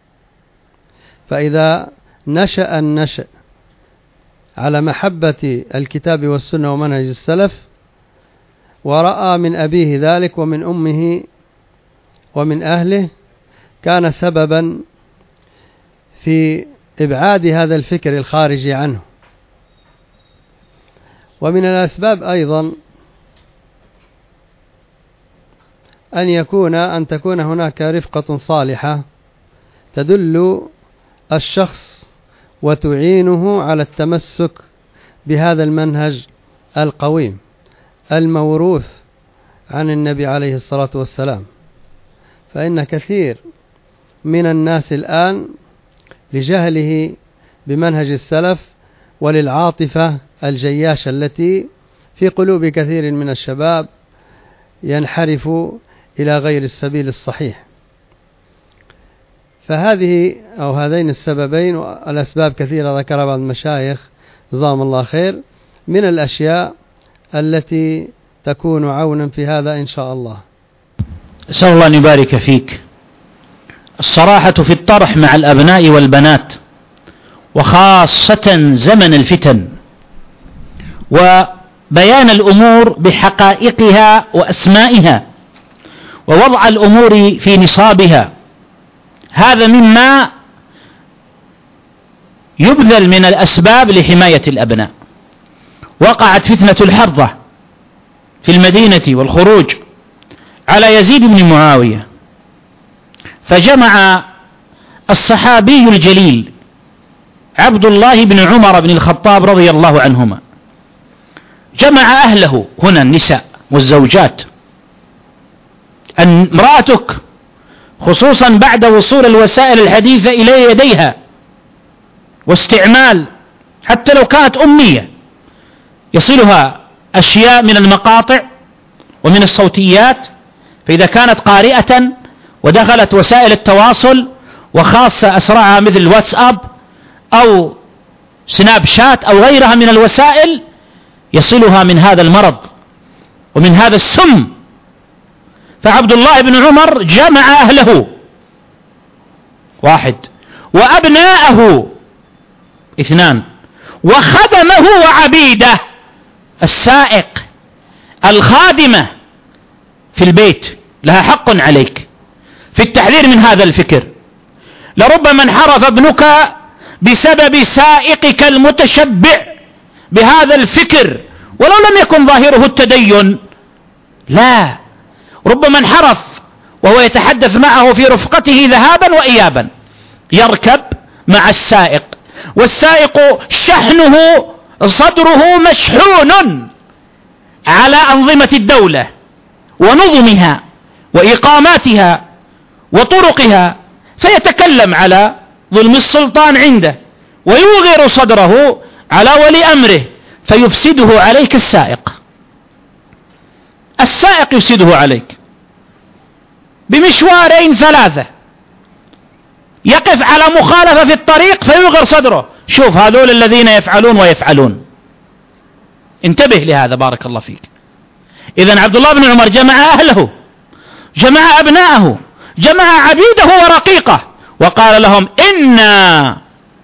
فإذا نشأ النشأ على محبة الكتاب والسنة ومنهج السلف، ورأى من أبيه ذلك ومن أمه ومن أهله، كان سببا في إبعاد هذا الفكر الخارجي عنه. ومن الأسباب أيضا أن تكون هناك رفقة صالحة تدل الشخص وتعينه على التمسك بهذا المنهج القويم الموروث عن النبي عليه الصلاة والسلام. فإن كثير من الناس الآن لجهله بمنهج السلف وللعاطفة الجياشة التي في قلوب كثير من الشباب ينحرف إلى غير السبيل الصحيح. فهذه أو هذين السببين، والأسباب كثيرة ذكر بعض المشايخ جزاهم الله خير، من الأشياء التي تكون عونا في هذا إن شاء الله. أسأل الله أن يبارك فيك. الصراحة في الطرح مع الأبناء والبنات، وخاصة زمن الفتن، وبيان الأمور بحقائقها وأسمائها، ووضع الأمور في نصابها، هذا مما يبذل من الأسباب لحماية الأبناء. وقعت فتنة الحرة في المدينة والخروج على يزيد بن معاوية، فجمع الصحابي الجليل عبد الله بن عمر بن الخطاب رضي الله عنهما، جمع أهله، هنا النساء والزوجات، أن امرأتك خصوصا بعد وصول الوسائل الحديثة إلى يديها واستعمال، حتى لو كانت أمية، يصلها أشياء من المقاطع ومن الصوتيات، فإذا كانت قارئة ودخلت وسائل التواصل وخاصة أسرعها مثل الواتساب أو سناب شات أو غيرها من الوسائل، يصلها من هذا المرض ومن هذا السم. فعبد الله بن عمر جمع أهله 1، وأبناءه 2، وخدمه وعبيده، السائق، الخادمة في البيت لها حق عليك في التحذير من هذا الفكر. لربما انحرف ابنك بسبب سائقك المتشبع بهذا الفكر، ولو لم يكن ظاهره التدين، لا، ربما انحرف وهو يتحدث معه في رفقته ذهابا وإيابا، يركب مع السائق، والسائق شحنه صدره مشحون على أنظمة الدولة ونظمها وإقاماتها وطرقها، فيتكلم على ظلم السلطان عنده ويوغر صدره على ولي أمره، فيفسده عليك السائق يفسده عليك بمشوارين 3، يقف على مخالفة في الطريق فيوغر صدره. شوف هذول الذين يفعلون ويفعلون، انتبه لهذا بارك الله فيك. إذن عبد الله بن عمر جمع أهله، جمع أبناءه، جمع عبيده ورقيقه، وقال لهم: إنا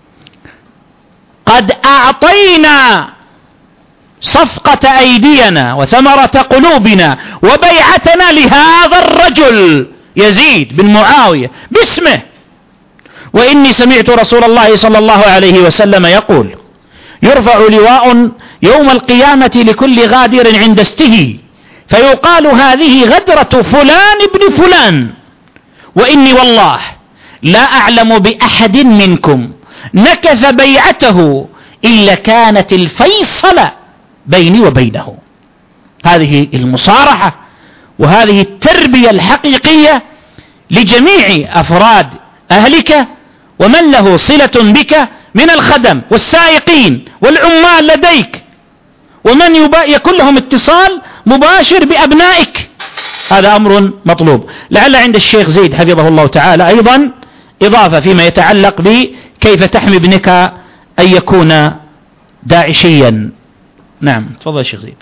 قد أعطينا صفقة أيدينا وثمرة قلوبنا وبيعتنا لهذا الرجل يزيد بن معاوية باسمه، وإني سمعت رسول الله صلى الله عليه وسلم يقول: يرفع لواء يوم القيامة لكل غادر عند استه، فيقال هذه غدرة فلان ابن فلان، وإني والله لا أعلم بأحد منكم نكث بيعته إلا كانت الفيصل بيني وبينه. هذه المصارحة وهذه التربية الحقيقية لجميع أفراد أهلك ومن له صلة بك من الخدم والسائقين والعمال لديك، ومن يكون لهم اتصال مباشر بأبنائك. هذا أمر مطلوب. لعل عند الشيخ زيد حفظه الله تعالى أيضا إضافة فيما يتعلق بكيف تحمي ابنك أن يكون داعشيا. نعم تفضل الشيخ زيد.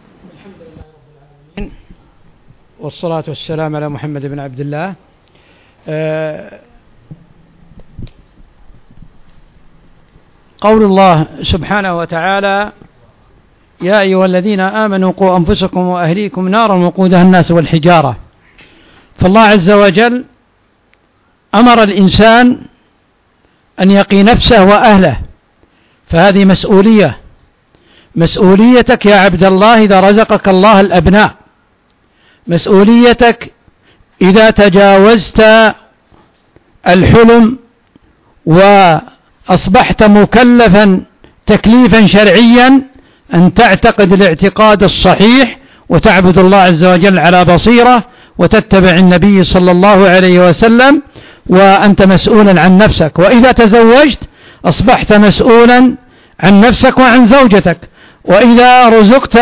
الحمد لله رب العالمين، والصلاة والسلام على محمد بن عبد الله قول الله سبحانه وتعالى: يا أيها الذين آمنوا قوا أنفسكم وأهليكم نارا وقودها الناس والحجارة. فالله عز وجل أمر الإنسان أن يقي نفسه وأهله، فهذه مسؤوليتك يا عبد الله إذا رزقك الله الأبناء، مسؤوليتك إذا تجاوزت الحلم وأصبحت مكلفا تكليفا شرعيا أن تعتقد الاعتقاد الصحيح وتعبد الله عز وجل على بصيرة وتتبع النبي صلى الله عليه وسلم، وأنت مسؤولا عن نفسك. وإذا تزوجت أصبحت مسؤولا عن نفسك وعن زوجتك. وإذا رزقت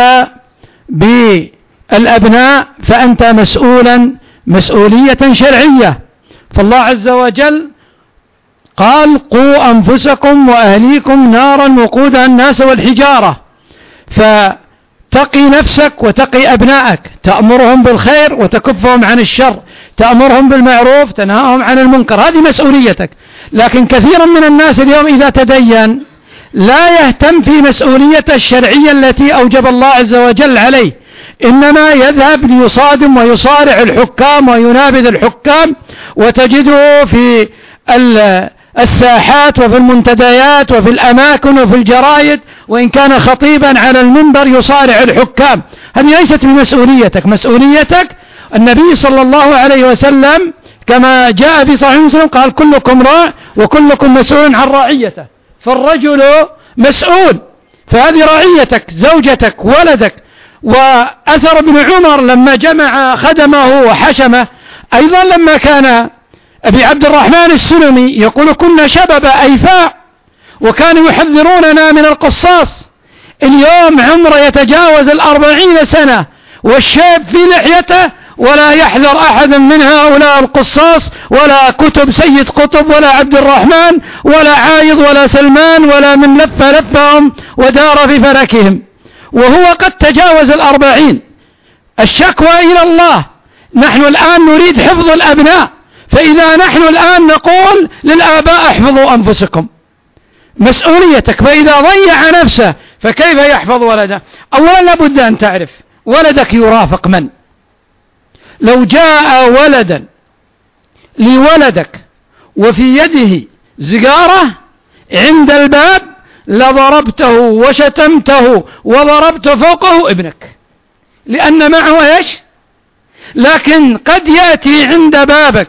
بالأبناء فأنت مسؤولية شرعية. فالله عز وجل قال: قوا أنفسكم وأهليكم نارا وقودها الناس والحجارة. فتقي نفسك وتقي أبنائك، تأمرهم بالخير وتكفهم عن الشر، تأمرهم بالمعروف تنهاهم عن المنكر، هذه مسؤوليتك. لكن كثيرا من الناس اليوم إذا تدين لا يهتم في مسؤوليته الشرعية التي أوجب الله عز وجل عليه، إنما يذهب ليصادم ويصارع الحكام وينابذ الحكام، وتجده في الساحات وفي المنتديات وفي الأماكن وفي الجرائد، وإن كان خطيبا على المنبر يصارع الحكام. هذه ليست بمسؤوليتك. مسؤوليتك النبي صلى الله عليه وسلم كما جاء في صحيح مسلم قال: كلكم راع وكلكم مسؤول عن رعيته. فالرجل مسؤول، فهذه رعيتك، زوجتك، ولدك. وأثر ابن عمر لما جمع خدمه وحشمه، أيضا لما كان أبي عبد الرحمن السلمي يقول: كنا شباب أيفاء وكانوا يحذروننا من القصاص. اليوم عمره يتجاوز 40 سنة والشاب في لحيته ولا يحذر أحد من هؤلاء القصاص، ولا كتب سيد قطب ولا عبد الرحمن ولا عايض ولا سلمان ولا من لفهم ودار في فلكهم، وهو قد تجاوز 40. الشكوى إلى الله. نحن الآن نريد حفظ الأبناء، فإذا نحن الآن نقول للآباء: احفظوا أنفسكم، مسؤوليتك. فإذا ضيع نفسه فكيف يحفظ ولده؟ أولا لابد أن تعرف ولدك يرافق من. لو جاء ولدا لولدك وفي يده سيجارة عند الباب لضربته وشتمته وضربت فوقه ابنك، لأن معه ايش؟ لكن قد يأتي عند بابك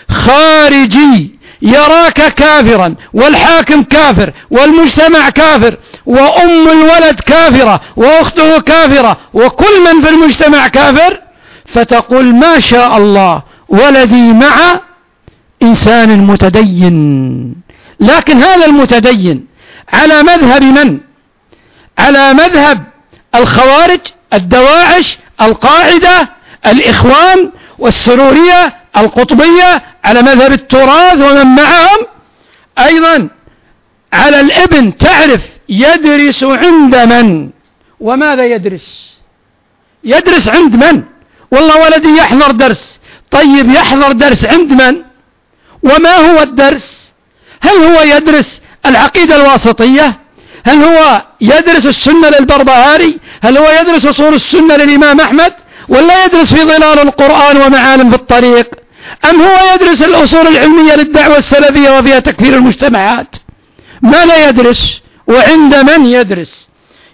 خارجي يراك كافرا والحاكم كافر والمجتمع كافر وأم الولد كافرة وأخته كافرة وكل من في المجتمع كافر، فتقول: ما شاء الله ولدي مع إنسان متدين. لكن هذا المتدين على مذهب من؟ على مذهب الخوارج، الدواعش، القاعدة، الإخوان والسرورية، القطبية، على مذهب التراث ومن معهم. أيضا على الابن تعرف يدرس عند من وماذا يدرس. يدرس عند من؟ والله ولدي يحضر درس. طيب يحضر درس عند من؟ وما هو الدرس؟ هل هو يدرس العقيدة الواسطية؟ هل هو يدرس السنة للبربهاري؟ هل هو يدرس أصول السنة للإمام أحمد؟ ولا يدرس في ظلال القرآن ومعالم في الطريق؟ أم هو يدرس الأصول العلمية للدعوة السلفية وفيها تكفير المجتمعات؟ ما لا يدرس. وعند من يدرس؟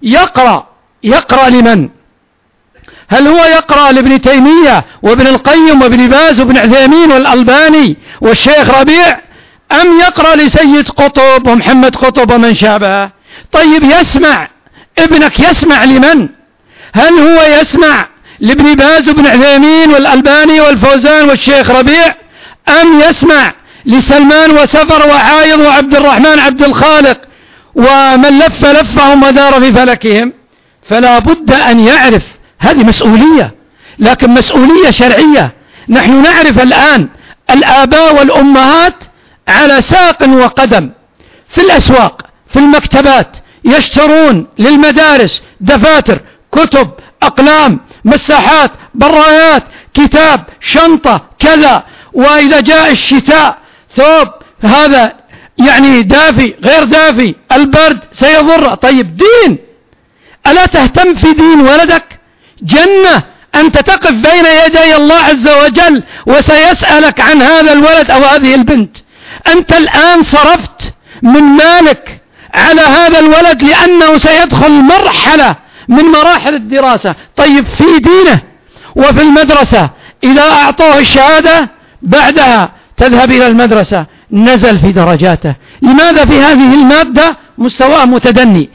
يقرأ لمن؟ هل هو يقرأ لابن تيمية وابن القيم وابن باز وابن عثيمين والألباني والشيخ ربيع، أم يقرأ لسيد قطب ومحمد قطب ومن شابه؟ طيب يسمع ابنك يسمع لمن؟ هل هو يسمع لابن باز وابن عثيمين والألباني والفوزان والشيخ ربيع، أم يسمع لسلمان وسفر وعايض وعبد الرحمن عبد الخالق ومن لفهم ودار في فلكهم؟ فلا بد أن يعرف. هذه مسؤولية، لكن مسؤولية شرعية. نحن نعرف الآن الآباء والأمهات على ساق وقدم في الأسواق في المكتبات يشترون للمدارس دفاتر، كتب، أقلام، مساحات، برايات، كتاب، شنطة، كذا، وإذا جاء الشتاء ثوب هذا يعني دافي غير دافي، البرد سيضر. طيب دين، ألا تهتم في دين ولدك؟ جنة أنت تقف بين يدي الله عز وجل وسيسألك عن هذا الولد أو هذه البنت. أنت الآن صرفت من مالك على هذا الولد لأنه سيدخل مرحلة من مراحل الدراسة. طيب في دينه وفي المدرسة إذا أعطوه الشهادة بعدها تذهب إلى المدرسة، نزل في درجاته. لماذا في هذه المادة مستواه متدني؟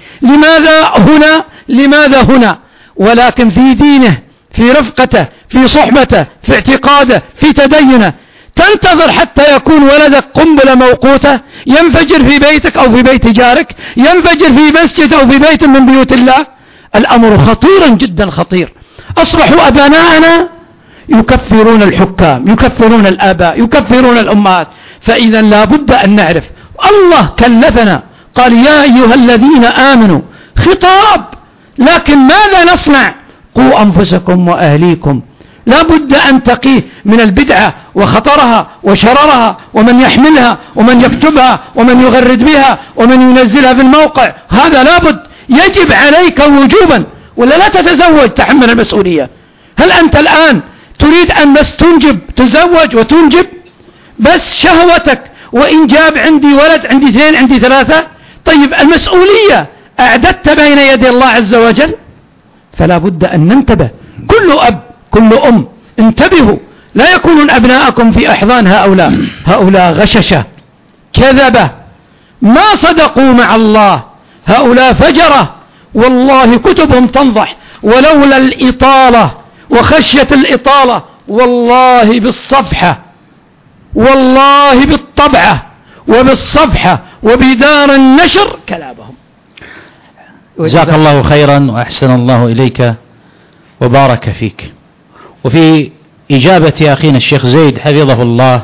لماذا هنا؟ ولكن في دينه، في رفقته، في صحبته، في اعتقاده، في تدينه. تنتظر حتى يكون ولدك قنبلة موقوتة ينفجر في بيتك أو في بيت جارك، ينفجر في مسجد أو في بيت من بيوت الله. الأمر خطير جدا خطير. أصبحوا أبناءنا يكفرون الحكام، يكفرون الآباء، يكفرون الأمهات. فإذا لا بد أن نعرف الله كلفنا، قال يا أيها الذين آمنوا، خطاب، لكن ماذا نصنع؟ قوا أنفسكم وأهليكم. لا بد أن تقيه من البدعة وخطرها وشررها ومن يحملها ومن يكتبها ومن يغرد بها ومن ينزلها في الموقع. هذا لا بد، يجب عليك وجوبا، ولا لا تتزوج تحمل المسؤولية. هل أنت الآن تريد أن بس تنجب، تزوج وتنجب بس شهوتك، وإنجاب عندي ولد، عندي 2، عندي 3؟ طيب المسؤولية أعددت بين يدي الله عز وجل. فلا بد أن ننتبه، كل أب كل أم انتبهوا، لا يكونون أبناءكم في أحضان هؤلاء غششة كذبة ما صدقوا مع الله، هؤلاء فجرة والله كتبهم تنضح. ولولا الإطالة وخشية الإطالة والله بالصفحة، والله بالطبعة وبالصفحة وبدار النشر كلابهم. جزاك الله خيرا وأحسن الله إليك وبارك فيك. وفي إجابة أخينا الشيخ زيد حفظه الله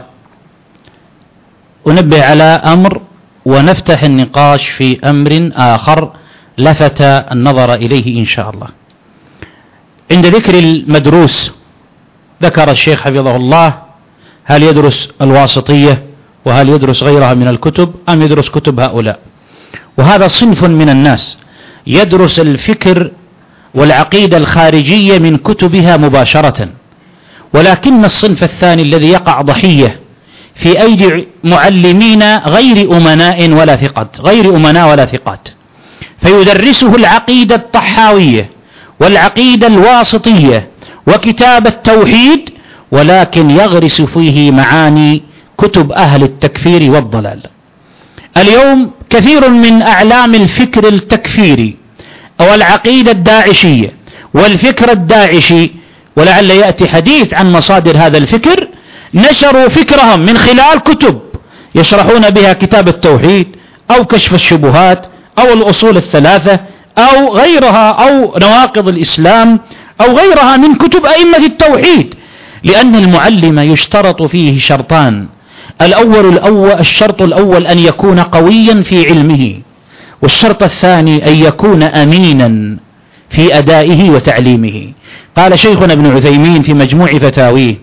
أنبه على أمر ونفتح النقاش في أمر آخر لفت النظر إليه إن شاء الله. عند ذكر المدروس ذكر الشيخ حفظه الله هل يدرس الواسطية وهل يدرس غيرها من الكتب أم يدرس كتب هؤلاء. وهذا صنف من الناس يدرس الفكر والعقيدة الخارجية من كتبها مباشرة، ولكن الصنف الثاني الذي يقع ضحية في أيدي معلمين غير أمناء ولا ثقات، فيدرسه العقيدة الطحاوية والعقيدة الواسطية وكتاب التوحيد، ولكن يغرس فيه معاني كتب أهل التكفير والضلال. اليوم كثير من أعلام الفكر التكفيري أو العقيدة الداعشية والفكر الداعشي، ولعل يأتي حديث عن مصادر هذا الفكر، نشروا فكرهم من خلال كتب يشرحون بها كتاب التوحيد أو كشف الشبهات أو الأصول الثلاثة أو غيرها أو نواقض الإسلام أو غيرها من كتب أئمة التوحيد. لأن المعلم يشترط فيه شرطان: الشرط الأول أن يكون قويا في علمه، والشرط الثاني أن يكون أمينا في أدائه وتعليمه. قال شيخنا ابن عثيمين في مجموع فتاويه: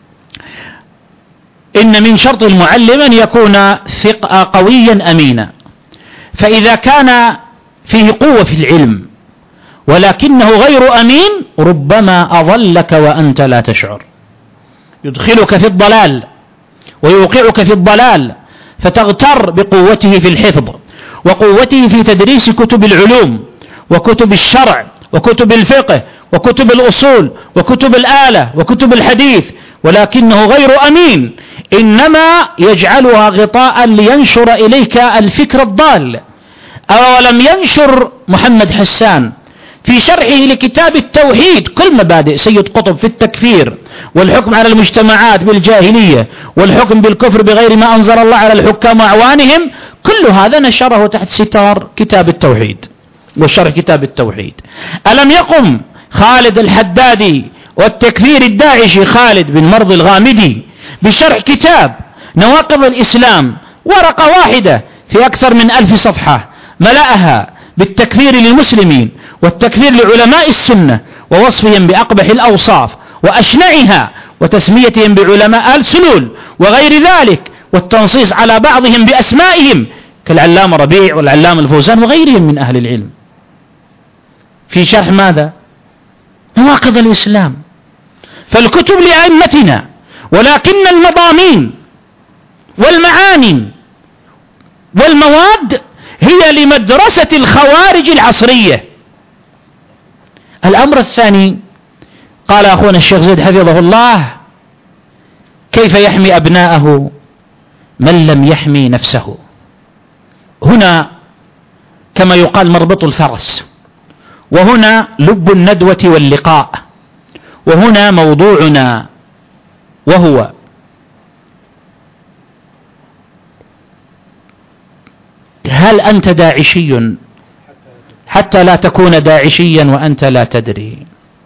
إن من شرط المعلم أن يكون قويا أمينا، فإذا كان فيه قوة في العلم ولكنه غير أمين ربما أضلك وأنت لا تشعر، يدخلك في الضلال ويوقعك في الضلال، فتغتر بقوته في الحفظ وقوته في تدريس كتب العلوم وكتب الشرع وكتب الفقه وكتب الأصول وكتب الآلة وكتب الحديث، ولكنه غير أمين، إنما يجعلها غطاء لينشر إليك الفكر الضال. أولم ينشر محمد حسان في شرحه لكتاب التوحيد كل مبادئ سيد قطب في التكفير والحكم على المجتمعات بالجاهلية والحكم بالكفر بغير ما أنزل الله على الحكام وأعوانهم، كل هذا نشره تحت ستار كتاب التوحيد وشرح كتاب التوحيد. ألم يقم خالد الحدادي والتكفير الداعشي خالد بن مرضي الغامدي بشرح كتاب نواقض الإسلام، ورقة واحدة في أكثر من 1000 صفحة ملأها بالتكفير للمسلمين والتكفير لعلماء السنة ووصفهم بأقبح الأوصاف وأشنعها وتسميتهم بعلماء آل سلول وغير ذلك، والتنصيص على بعضهم بأسمائهم كالعلامة ربيع والعلامة الفوزان وغيرهم من أهل العلم في شرح ماذا؟ نواقض الإسلام. فالكتب لأئمتنا، ولكن المضامين والمعاني والمواد هي لمدرسة الخوارج العصرية. الأمر الثاني، قال أخونا الشيخ زيد حفظه الله: كيف يحمي أبناءه من لم يحمي نفسه؟ هنا كما يقال مربط الفرس، وهنا لب الندوة واللقاء، وهنا موضوعنا، وهو هل أنت داعشي حتى لا تكون داعشيا وأنت لا تدري؟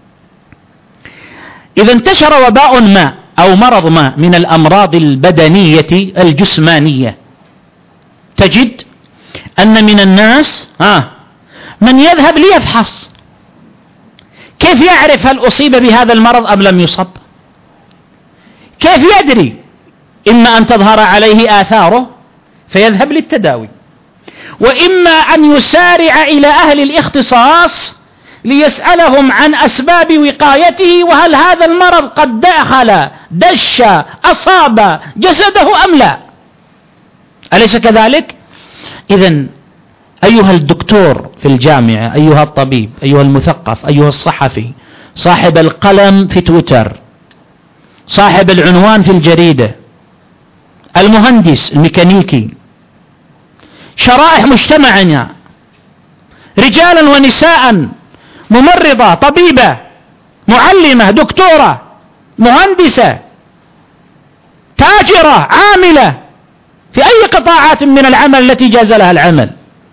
إذا انتشر وباء ما أو مرض ما من الأمراض البدنية الجسمانية، تجد أن من الناس من يذهب ليفحص. كيف يعرف هل أصيب بهذا المرض أم لم يصب؟ كيف يدري؟ إما أن تظهر عليه آثاره فيذهب للتداوي، وإما أن يسارع إلى أهل الاختصاص ليسألهم عن أسباب وقايته، وهل هذا المرض قد دش أصاب جسده أم لا. أليس كذلك؟ إذن أيها الدكتور في الجامعة، أيها الطبيب، أيها المثقف، أيها الصحفي، صاحب القلم في تويتر، صاحب العنوان في الجريدة، المهندس الميكانيكي، شرائح مجتمعنا، رجالا ونساء، ممرضة، طبيبة، معلمة، دكتورة، مهندسة، تاجرة، عاملة في أي قطاعات من العمل التي جاز لها العمل.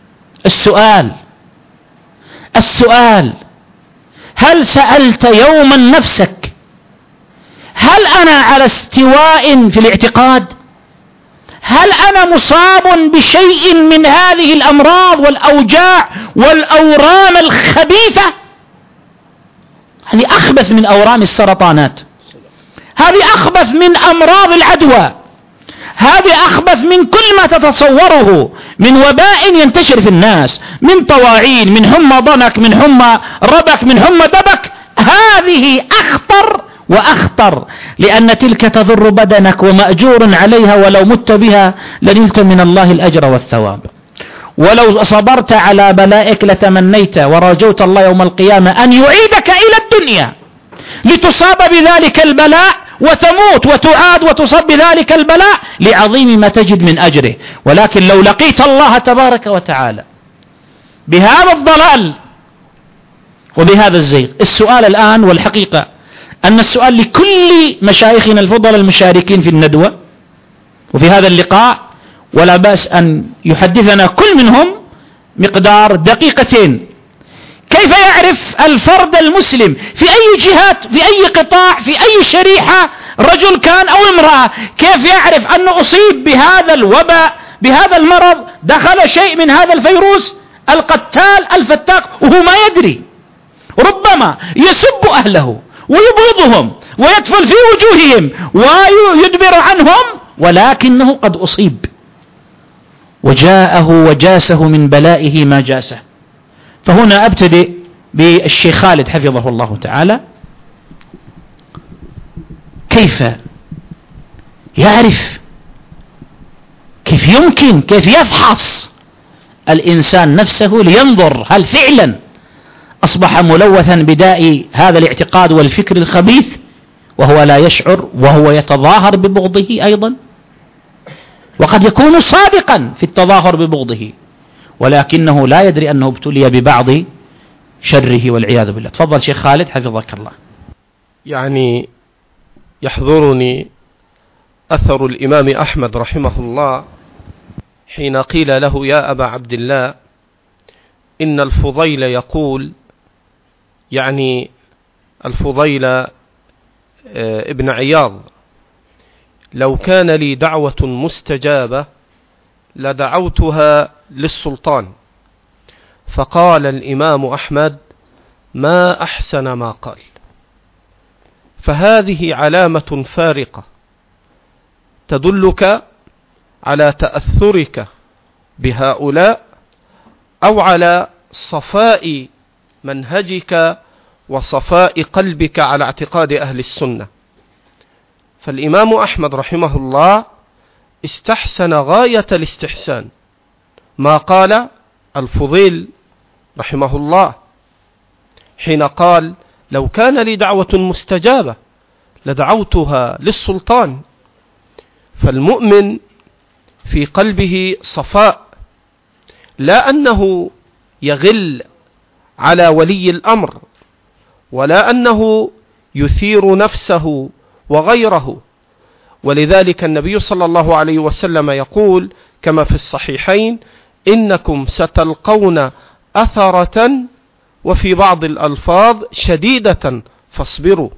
السؤال هل سألت يوما نفسك هل أنا على استواء في الاعتقاد؟ هل أنا مصاب بشيء من هذه الأمراض والأوجاع والأورام الخبيثة؟ هذه أخبث من أورام السرطانات، هذه أخبث من أمراض العدوى، هذه أخبث من كل ما تتصوره من وباء ينتشر في الناس، من طواعين، من حمى ضنك، من حمى ربك، من حمى دبك. هذه أخطر وأخطر، لأن تلك تضر بدنك ومأجور عليها، ولو مت بها لنلت من الله الأجر والثواب. ولو صبرت على بلائك لتمنيت ورجوت الله يوم القيامة أن يعيدك إلى الدنيا لتصاب بذلك البلاء وتموت وتعاد وتصاب بذلك البلاء لعظيم ما تجد من أجره. ولكن لو لقيت الله تبارك وتعالى بهذا الضلال وبهذا الزيغ، السؤال الآن والحقيقة أن السؤال لكل مشايخنا الفضل المشاركين في الندوة وفي هذا اللقاء، ولا بأس أن يحدثنا كل منهم مقدار دقيقتين: كيف يعرف الفرد المسلم في أي جهات، في أي قطاع، في أي شريحة، رجل كان أو امرأة، كيف يعرف أنه أصيب بهذا الوباء، بهذا المرض، دخل شيء من هذا الفيروس القتال الفتاك وهو ما يدري؟ ربما يسب أهله ويبغضهم ويدفل في وجوههم ويدبر عنهم، ولكنه قد أصيب وجاءه وجاسه من بلائه ما جاسه. فهنا أبتدئ بالشيخ خالد حفظه الله تعالى. كيف يعرف، كيف يمكن، كيف يفحص الإنسان نفسه لينظر هل فعلا أصبح ملوثا بداء هذا الاعتقاد والفكر الخبيث وهو لا يشعر، وهو يتظاهر ببغضه أيضا، وقد يكون صادقا في التظاهر ببغضه ولكنه لا يدري أنه ابتلي ببعض شره والعياذ بالله. تفضل شيخ خالد حفظك الله. يعني يحضرني أثر الإمام أحمد رحمه الله حين قيل له: يا أبا عبد الله، إن الفضيل يقول، يعني الفضيل ابن عياض: لو كان لي دعوة مستجابة لدعوتها للسلطان. فقال الإمام أحمد: ما أحسن ما قال. فهذه علامة فارقة تدلك على تأثرك بهؤلاء أو على صفاء منهجك وصفاء قلبك على اعتقاد أهل السنة. فالإمام أحمد رحمه الله استحسن غاية الاستحسان ما قال الفضيل رحمه الله حين قال: لو كان لي دعوة مستجابة لدعوتها للسلطان. فالمؤمن في قلبه صفاء، لا أنه يغل على ولي الأمر، ولا أنه يثير نفسه وغيره. ولذلك النبي صلى الله عليه وسلم يقول كما في الصحيحين: إنكم ستلقون أثرة، وفي بعض الألفاظ شديدة، فاصبروا.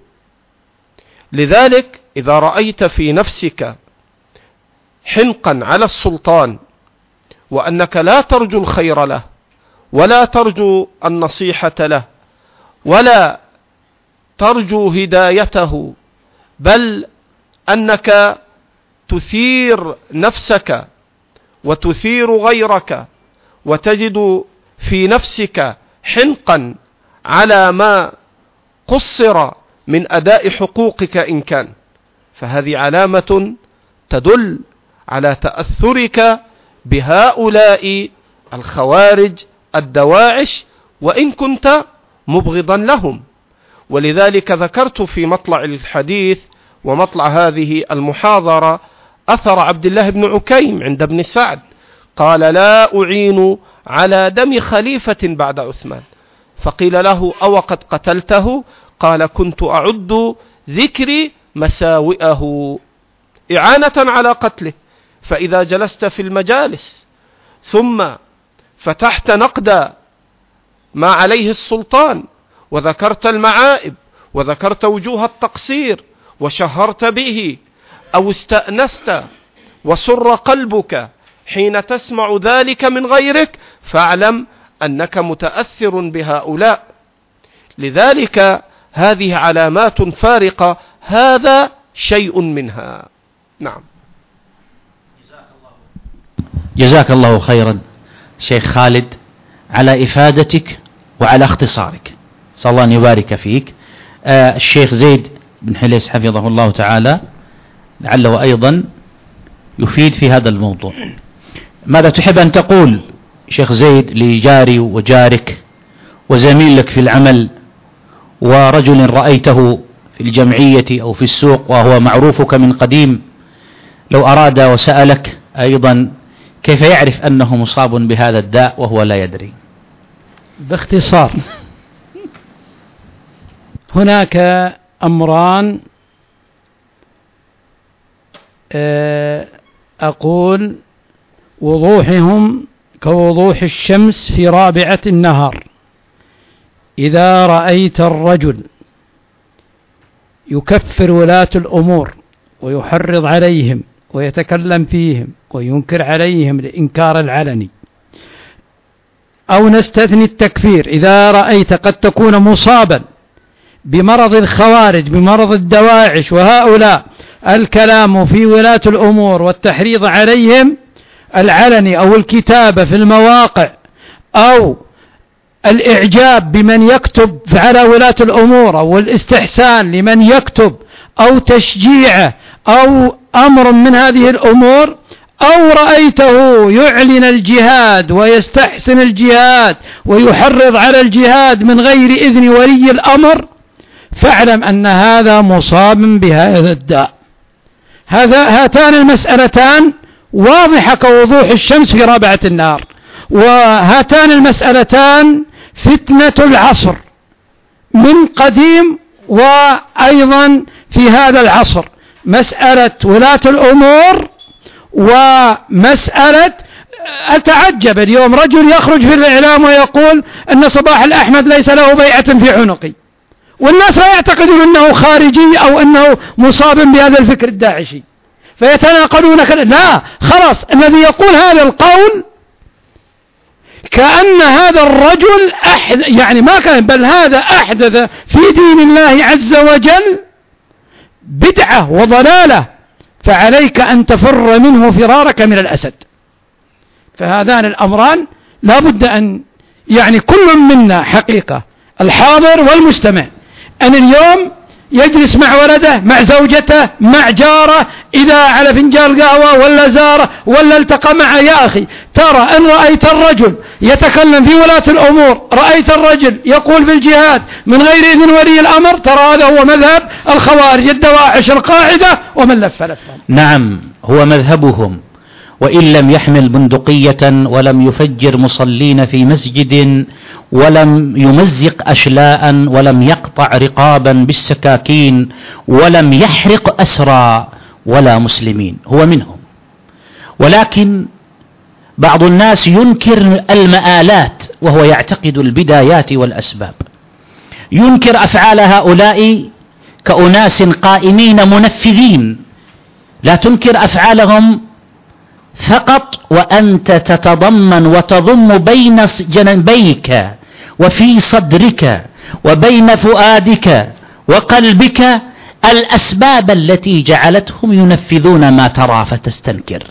لذلك إذا رأيت في نفسك حنقا على السلطان وأنك لا ترجو الخير له ولا ترجو النصيحة له ولا ترجو هدايته، بل أنك تثير نفسك وتثير غيرك وتجد في نفسك حنقا على ما قصر من أداء حقوقك إن كان، فهذه علامة تدل على تأثرك بهؤلاء الخوارج الدواعش، وإن كنت مبغضا لهم. ولذلك ذكرت في مطلع الحديث ومطلع هذه المحاضرة أثر عبد الله بن عكيم عند ابن سعد قال: لا أعين على دم خليفة بعد عثمان. فقيل له: أو قد قتلته؟ قال: كنت أعد ذكري مساوئه إعانة على قتله. فإذا جلست في المجالس ثم فتحت نقد ما عليه السلطان وذكرت المعائب وذكرت وجوه التقصير وشهرت به، أو استأنست وسر قلبك حين تسمع ذلك من غيرك، فاعلم أنك متأثر بهؤلاء. لذلك هذه علامات فارقة، هذا شيء منها. نعم. جزاك الله خيرا شيخ خالد على إفادتك وعلى اختصارك، صلى الله أن يبارك فيك. الشيخ زيد بن حليس حفظه الله تعالى لعله أيضا يفيد في هذا الموضوع. ماذا تحب أن تقول شيخ زيد لجاري وجارك وزميل لك في العمل ورجل رأيته في الجمعية أو في السوق وهو معروفك من قديم، لو أراد وسألك أيضا كيف يعرف أنه مصاب بهذا الداء وهو لا يدري؟ باختصار، هناك أمران أقول وضوحهم كوضوح الشمس في رابعة النهار. إذا رأيت الرجل يكفر ولاة الأمور ويحرض عليهم ويتكلم فيهم وينكر عليهم الإنكار العلني، أو نستثني التكفير، إذا رأيت قد تكون مصابا بمرض الخوارج بمرض الدواعش وهؤلاء الكلام في ولاة الأمور والتحريض عليهم العلني أو الكتابة في المواقع أو الإعجاب بمن يكتب على ولاة الأمور أو الاستحسان لمن يكتب أو تشجيعه أو أمر من هذه الأمور، أو رأيته يعلن الجهاد ويستحسن الجهاد ويحرض على الجهاد من غير إذن ولي الأمر، فاعلم أن هذا مصاب بهذا الداء. هاتان المسألتان واضحة كوضوح الشمس في رابعة النهار، وهاتان المسألتان فتنة العصر من قديم وأيضا في هذا العصر، مسألة ولاة الأمور ومسألة أتعجب اليوم رجل يخرج في الإعلام ويقول أن صباح الأحمد ليس له بيعة في عنقي، والناس لا يعتقدون أنه خارجي أو أنه مصاب بهذا الفكر الداعشي، فيتناقلون لا، خلاص الذي يقول هذا القول كأن هذا الرجل يعني ما كان، بل هذا أحدث في دين الله عز وجل بدعة وضلالة فعليك أن تفر منه فرارك من الأسد. فهذان الأمران لا بد أن يعني كل منا حقيقة الحاضر والمستمع أن اليوم يجلس مع ولده مع زوجته مع جاره إذا على فنجان قهوة ولا زاره ولا التقى معه. يا أخي ترى إن رأيت الرجل يتكلم في ولاة الأمور، رأيت الرجل يقول بالجهاد من غير إذن ولي الأمر، ترى هذا هو مذهب الخوارج الدواعش القاعدة ومن لف لف. نعم هو مذهبهم، وإن لم يحمل بندقية ولم يفجر مصلين في مسجد ولم يمزق أشلاء ولم يقطع رقابا بالسكاكين ولم يحرق أسرى ولا مسلمين، هو منهم. ولكن بعض الناس ينكر المآلات وهو يعتقد البدايات والأسباب، ينكر أفعال هؤلاء كأناس قائمين منفذين، لا تنكر أفعالهم فقط وأنت تتضمن وتضم بين جنبيك وفي صدرك وبين فؤادك وقلبك الأسباب التي جعلتهم ينفذون ما ترى فتستنكر.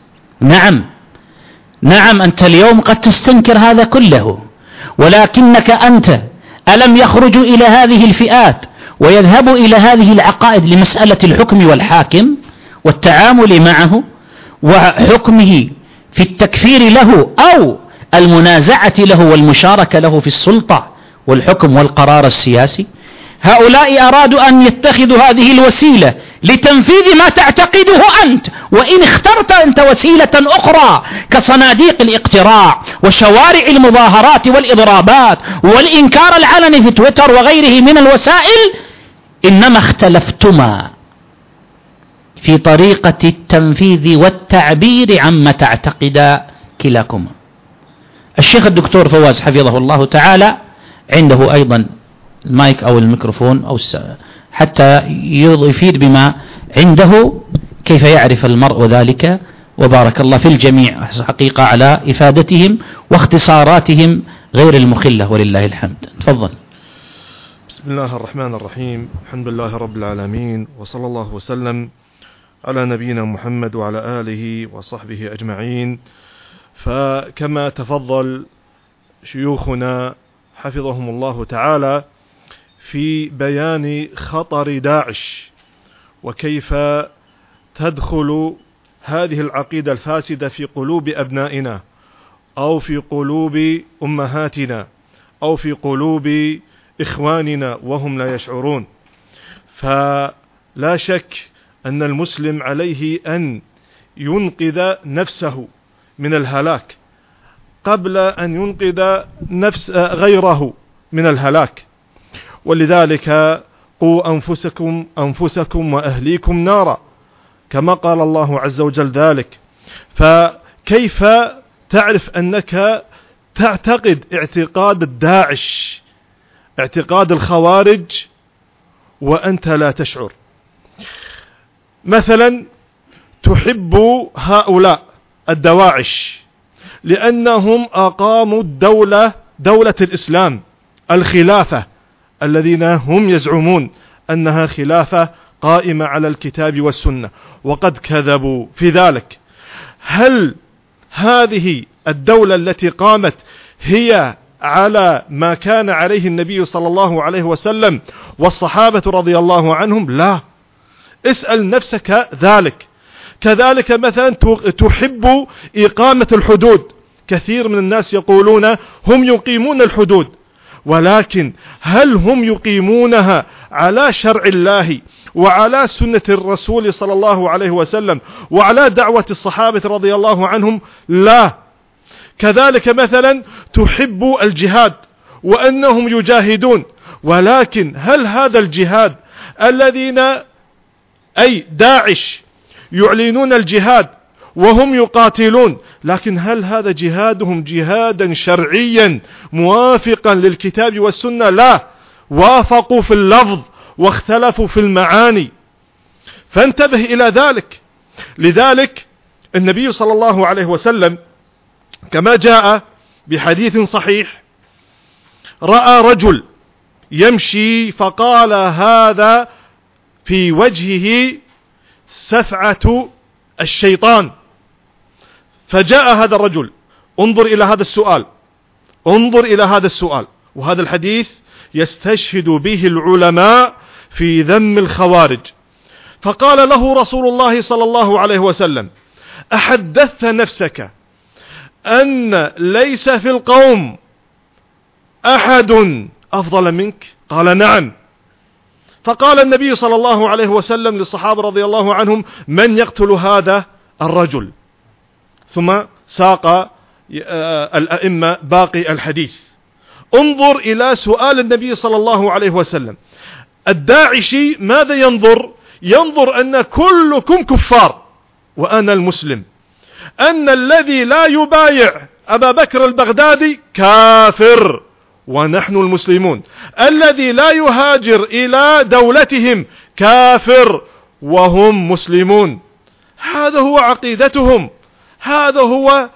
نعم أنت اليوم قد تستنكر هذا كله، ولكنك أنت ألم يخرجوا إلى هذه الفئات ويذهبوا إلى هذه العقائد لمسألة الحكم والحاكم والتعامل معه وحكمه في التكفير له أو المنازعة له والمشاركة له في السلطة والحكم والقرار السياسي؟ هؤلاء أرادوا أن يتخذوا هذه الوسيلة لتنفيذ ما تعتقده أنت، وإن اخترت أنت وسيلة أخرى كصناديق الاقتراع وشوارع المظاهرات والإضرابات والإنكار العلني في تويتر وغيره من الوسائل، إنما اختلفتما في طريقة التنفيذ والتعبير عما تعتقد كلاكما. الشيخ الدكتور فواز حفظه الله تعالى عنده أيضا المايك أو الميكروفون أو حتى يفيد بما عنده كيف يعرف المرء ذلك، وبارك الله في الجميع حقيقة على إفادتهم واختصاراتهم غير المخلة ولله الحمد. تفضل. بسم الله الرحمن الرحيم، الحمد لله رب العالمين، وصلى الله وسلم على نبينا محمد وعلى آله وصحبه أجمعين. فكما تفضل شيوخنا حفظهم الله تعالى في بيان خطر داعش وكيف تدخل هذه العقيدة الفاسدة في قلوب أبنائنا أو في قلوب أمهاتنا أو في قلوب إخواننا وهم لا يشعرون، فلا شك أن المسلم عليه أن ينقذ نفسه من الهلاك قبل أن ينقذ نفس غيره من الهلاك. ولذلك قوا أنفسكم وأهليكم نارا كما قال الله عز وجل ذلك. فكيف تعرف أنك تعتقد اعتقاد الداعش اعتقاد الخوارج وأنت لا تشعر؟ مثلا تحب هؤلاء الدواعش لأنهم أقاموا دولة الإسلام الخلافة الذين هم يزعمون أنها خلافة قائمة على الكتاب والسنة، وقد كذبوا في ذلك. هل هذه الدولة التي قامت هي على ما كان عليه النبي صلى الله عليه وسلم والصحابة رضي الله عنهم؟ لا، اسأل نفسك ذلك. كذلك مثلا تحب إقامة الحدود، كثير من الناس يقولون هم يقيمون الحدود، ولكن هل هم يقيمونها على شرع الله وعلى سنة الرسول صلى الله عليه وسلم وعلى دعوة الصحابة رضي الله عنهم؟ لا. كذلك مثلا تحب الجهاد وأنهم يجاهدون، ولكن هل هذا الجهاد الذين أي داعش يعلنون الجهاد وهم يقاتلون، لكن هل هذا جهادهم جهادا شرعيا موافقا للكتاب والسنة؟ لا، وافقوا في اللفظ واختلفوا في المعاني، فانتبه إلى ذلك. لذلك النبي صلى الله عليه وسلم كما جاء بحديث صحيح رأى رجل يمشي فقال هذا في وجهه سفعة الشيطان. فجاء هذا الرجل، انظر إلى هذا السؤال، انظر إلى هذا السؤال، وهذا الحديث يستشهد به العلماء في ذم الخوارج. فقال له رسول الله صلى الله عليه وسلم: أحدثت نفسك أن ليس في القوم أحد أفضل منك؟ قال: نعم. فقال النبي صلى الله عليه وسلم للصحابة رضي الله عنهم: من يقتل هذا الرجل؟ ثم ساق الأئمة باقي الحديث. انظر إلى سؤال النبي صلى الله عليه وسلم. الداعشي ماذا ينظر؟ ينظر أن كلكم كفار وأنا المسلم، أن الذي لا يبايع أبا بكر البغدادي كافر ونحن المسلمون، الذي لا يهاجر إلى دولتهم كافر وهم مسلمون. هذا هو عقيدتهم، هذا هو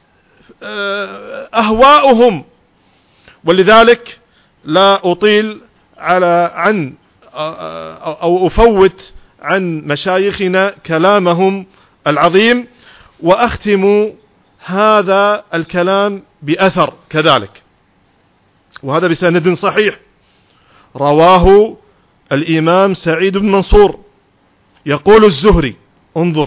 أهواؤهم. ولذلك لا أطيل عن أو أفوت عن مشايخنا كلامهم العظيم، وأختم هذا الكلام بأثر كذلك، وهذا بسند صحيح رواه الإمام سعيد بن منصور. يقول الزهري: انظر،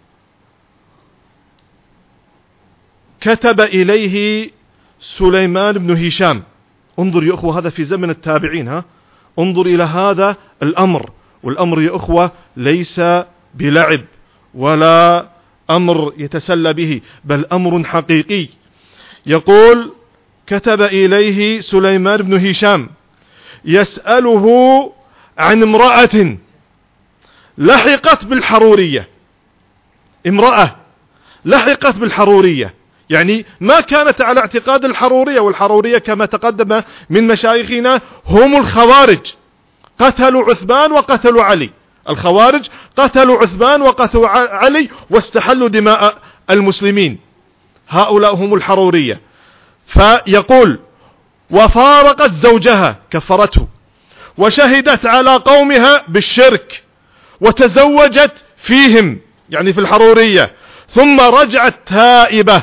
كتب إليه سليمان بن هشام. انظر يا أخوة، هذا في زمن التابعين، انظر إلى هذا الأمر، والأمر يا أخوة ليس بلعب ولا أمر يتسلى به، بل أمر حقيقي. يقول: كتب إليه سليمان بن هشام يسأله عن امرأة لحقت بالحرورية، امرأة لحقت بالحرورية، يعني ما كانت على اعتقاد الحرورية، والحرورية كما تقدم من مشايخنا هم الخوارج، قتلوا عثمان وقتلوا علي. الخوارج قتلوا عثمان وقتلوا علي واستحلوا دماء المسلمين، هؤلاء هم الحرورية. فيقول: وفارقت زوجها، كفرته، وشهدت على قومها بالشرك، وتزوجت فيهم يعني في الحرورية، ثم رجعت تائبة.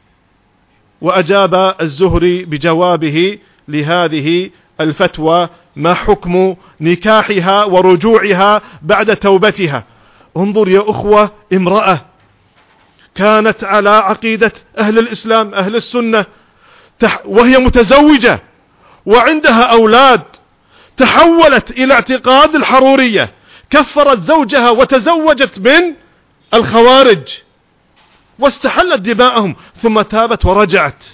وأجاب الزهري بجوابه لهذه الفتوى: ما حكم نكاحها ورجوعها بعد توبتها؟ انظر يا أخوة، امرأة كانت على عقيدة أهل الإسلام أهل السنة، وهي متزوجة وعندها أولاد، تحولت إلى اعتقاد الحرورية، كفرت زوجها وتزوجت من الخوارج واستحلت دماءهم، ثم تابت ورجعت.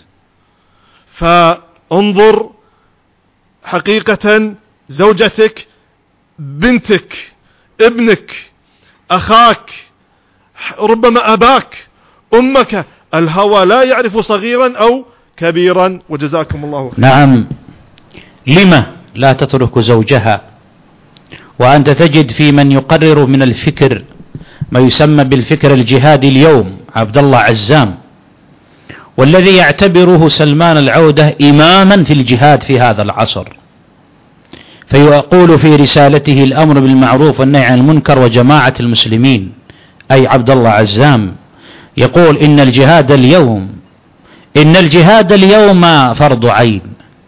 فانظر، حقيقة زوجتك، بنتك، ابنك، أخاك، ربما أباك، أمك، الهوى لا يعرف صغيرا أو كبيرا. وجزاكم الله خير. نعم، لما لا تترك زوجها وأنت تجد في من يقرر من الفكر ما يسمى بالفكر الجهادي اليوم عبد الله عزام، والذي يعتبره سلمان العودة إماما في الجهاد في هذا العصر، فيقول في رسالته الأمر بالمعروف والنهي عن المنكر وجماعة المسلمين، أي عبد الله عزام، يقول: إن الجهاد اليوم فرض عين،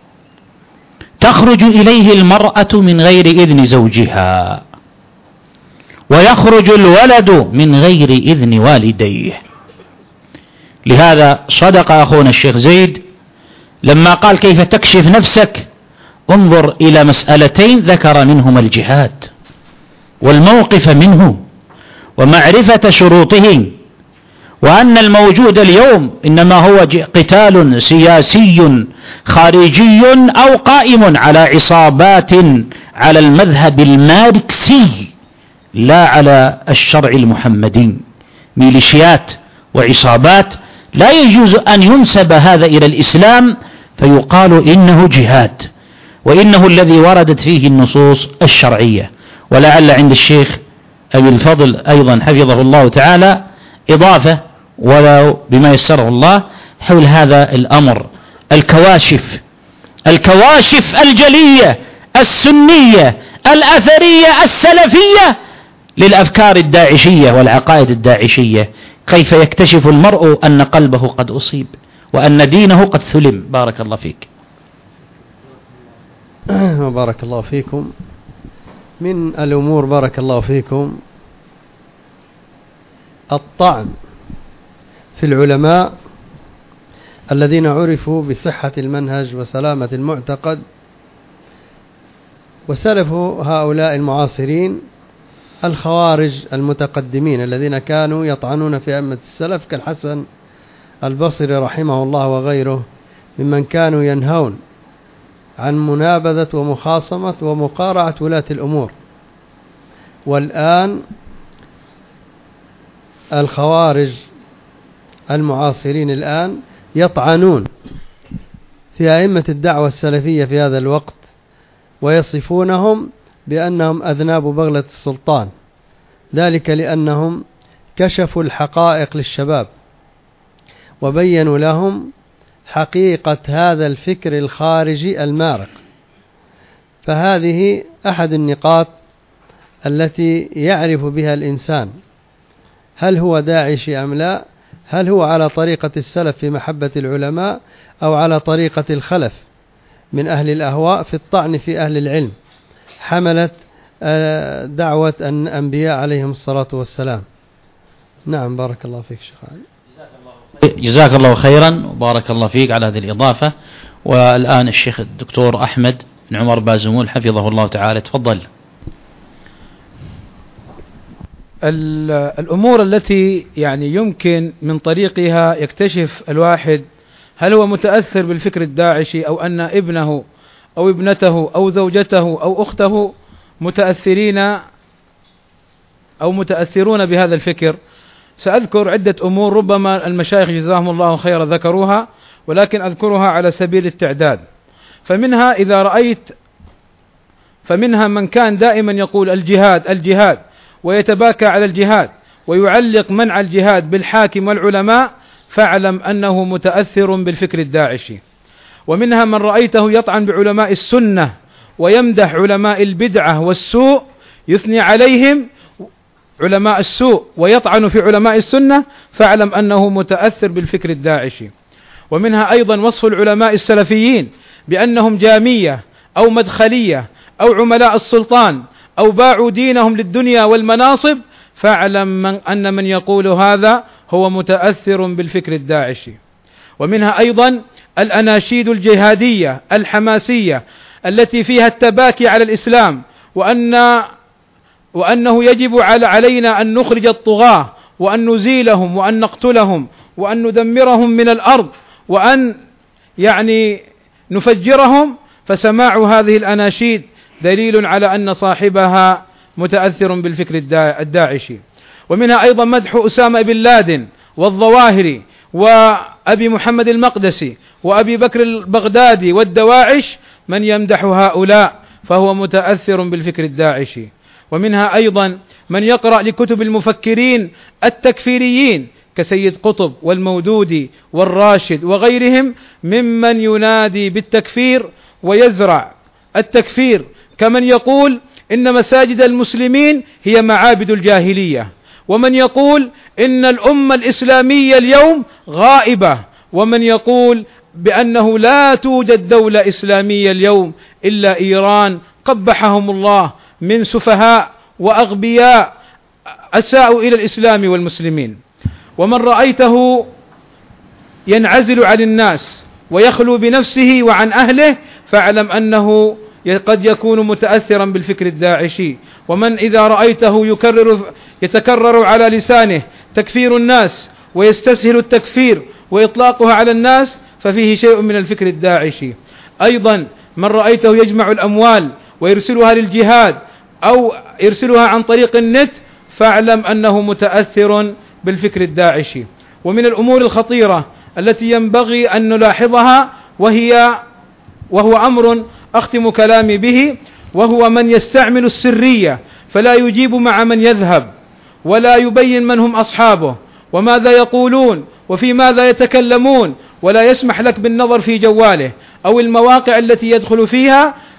تخرج إليه المرأة من غير إذن زوجها، ويخرج الولد من غير إذن والديه. لهذا صدق أخونا الشيخ زيد لما قال: كيف تكشف نفسك؟ انظر إلى مسألتين ذكر منهما الجهاد والموقف منه ومعرفة شروطه، وأن الموجود اليوم إنما هو قتال سياسي خارجي أو قائم على عصابات على المذهب الماركسي لا على الشرع المحمدي، ميليشيات وعصابات لا يجوز أن ينسب هذا إلى الإسلام فيقال إنه جهاد، وإنه الذي وردت فيه النصوص الشرعية. ولعل عند الشيخ أبي الفضل أيضا حفظه الله تعالى إضافة ولو بما يسره الله حول هذا الأمر. الكواشف الجلية السنية الأثرية السلفية للأفكار الداعشية والعقائد الداعشية، كيف يكتشف المرء أن قلبه قد أصيب وأن دينه قد ثلم. بارك الله فيك. بارك الله فيكم. من الأمور بارك الله فيكم الطعن في العلماء الذين عرفوا بصحة المنهج وسلامة المعتقد، وسلف هؤلاء المعاصرين الخوارج المتقدمين الذين كانوا يطعنون في أئمة السلف كالحسن البصري رحمه الله وغيره، ممن كانوا ينهون عن منابذة ومخاصمة ومقارعة ولاة الأمور. والآن الخوارج المعاصرين الآن يطعنون في أئمة الدعوة السلفية في هذا الوقت، ويصفونهم بأنهم أذناب بغلة السلطان، ذلك لأنهم كشفوا الحقائق للشباب وبينوا لهم حقيقة هذا الفكر الخارجي المارق. فهذه أحد النقاط التي يعرف بها الإنسان هل هو داعشي أم لا، هل هو على طريقة السلف في محبة العلماء أو على طريقة الخلف من أهل الأهواء في الطعن في أهل العلم حملت دعوة الأنبياء عليهم الصلاة والسلام. نعم بارك الله فيك شيخ علي. جزاك الله خيرا وبارك الله فيك على هذه الإضافة. والآن الشيخ الدكتور أحمد بن عمر بازمول حفظه الله تعالى، تفضل. الأمور التي يعني يمكن من طريقها يكتشف الواحد هل هو متأثر بالفكر الداعشي أو أن ابنه أو ابنته أو زوجته أو أخته متأثرين أو متأثرون بهذا الفكر. سأذكر عدة أمور ربما المشايخ جزاهم الله خيرا ذكروها، ولكن أذكرها على سبيل التعداد. فمنها من كان دائما يقول الجهاد الجهاد ويتباكى على الجهاد ويعلق منع الجهاد بالحاكم والعلماء، فاعلم أنه متأثر بالفكر الداعشي. ومنها من رأيته يطعن بعلماء السنة ويمدح علماء البدعة والسوء، يثني عليهم علماء السوء ويطعن في علماء السنة، فاعلم أنه متأثر بالفكر الداعشي. ومنها أيضا وصف العلماء السلفيين بأنهم جامية أو مدخلية أو عملاء السلطان أو باعوا دينهم للدنيا والمناصب، فاعلم أن من يقول هذا هو متأثر بالفكر الداعشي. ومنها أيضا الأناشيد الجهادية الحماسية التي فيها التباكي على الإسلام، وأنه يجب علينا أن نخرج الطغاة وأن نزيلهم وأن نقتلهم وأن ندمرهم من الأرض وأن نفجرهم. فسماع هذه الأناشيد دليل على أن صاحبها متأثر بالفكر الداعشي. ومنها أيضا مدح أسامة بن لادن والظواهري وأبي محمد المقدسي وأبي بكر البغدادي والدواعش، من يمدح هؤلاء فهو متأثر بالفكر الداعشي. ومنها أيضا من يقرأ لكتب المفكرين التكفيريين كسيد قطب والمودودي والراشد وغيرهم، ممن ينادي بالتكفير ويزرع التكفير، كمن يقول إن مساجد المسلمين هي معابد الجاهلية، ومن يقول إن الأمة الإسلامية اليوم غائبة، ومن يقول بأنه لا توجد دولة إسلامية اليوم إلا إيران، قبحهم الله من سفهاء وأغبياء أساءوا إلى الإسلام والمسلمين. ومن رأيته ينعزل عن الناس ويخلو بنفسه وعن أهله، فاعلم أنه قد يكون متأثرا بالفكر الداعشي. ومن إذا رأيته يتكرر على لسانه تكفير الناس ويستسهل التكفير وإطلاقها على الناس، ففيه شيء من الفكر الداعشي. أيضا من رأيته يجمع الأموال ويرسلها للجهاد أو يرسلها عن طريق النت، فاعلم أنه متأثر بالفكر الداعشي. ومن الأمور الخطيرة التي ينبغي أن نلاحظها وهو أمر أختم كلامي به، وهو من يستعمل السرية فلا يجيب مع من يذهب ولا يبين من هم أصحابه وماذا يقولون وفي ماذا يتكلمون، ولا يسمح لك بالنظر في جواله أو المواقع التي يدخل فيها،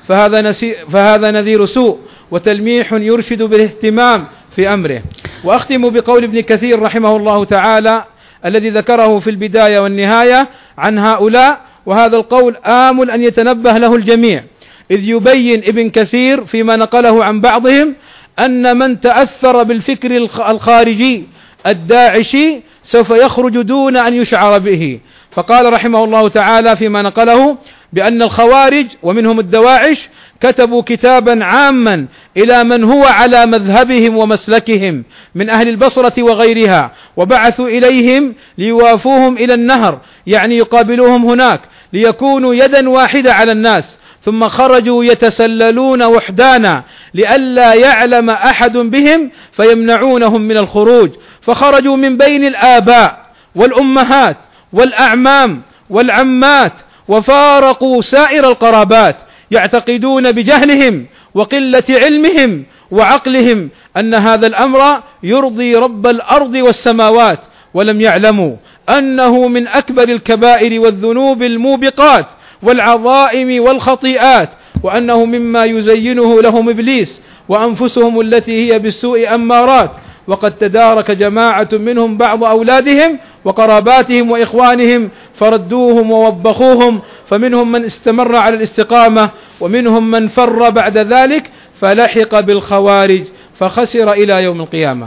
فهذا نذير سوء وتلميح يرشد بالاهتمام في أمره. وأختم بقول ابن كثير رحمه الله تعالى الذي ذكره في البداية والنهاية عن هؤلاء، وهذا القول آمل أن يتنبه له الجميع، إذ يبين ابن كثير فيما نقله عن بعضهم أن من تأثر بالفكر الخارجي الداعشي سوف يخرج دون أن يشعر به. فقال رحمه الله تعالى فيما نقله بأن الخوارج ومنهم الدواعش كتبوا كتابا عاما إلى من هو على مذهبهم ومسلكهم من أهل البصرة وغيرها، وبعثوا إليهم ليوافوهم إلى النهر، يعني يقابلوهم هناك ليكونوا يدا واحدة على الناس، ثم خرجوا يتسللون وحدانا لئلا يعلم أحد بهم فيمنعونهم من الخروج، فخرجوا من بين الآباء والأمهات والأعمام والعمات وفارقوا سائر القرابات، يعتقدون بجهلهم وقلة علمهم وعقلهم أن هذا الأمر يرضي رب الأرض والسماوات، ولم يعلموا أنه من أكبر الكبائر والذنوب الموبقات والعظائم والخطيئات، وأنه مما يزينه لهم إبليس وأنفسهم التي هي بالسوء أمارات. وقد تدارك جماعة منهم بعض أولادهم وقراباتهم وإخوانهم فردوهم ووبخوهم، فمنهم من استمر على الاستقامة ومنهم من فر بعد ذلك فلحق بالخوارج فخسر إلى يوم القيامة.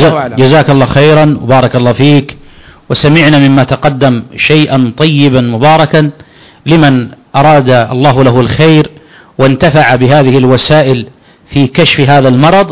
جزاك الله خيرا وبارك الله فيك. وسمعنا مما تقدم شيئا طيبا مباركا لمن أراد الله له الخير وانتفع بهذه الوسائل في كشف هذا المرض.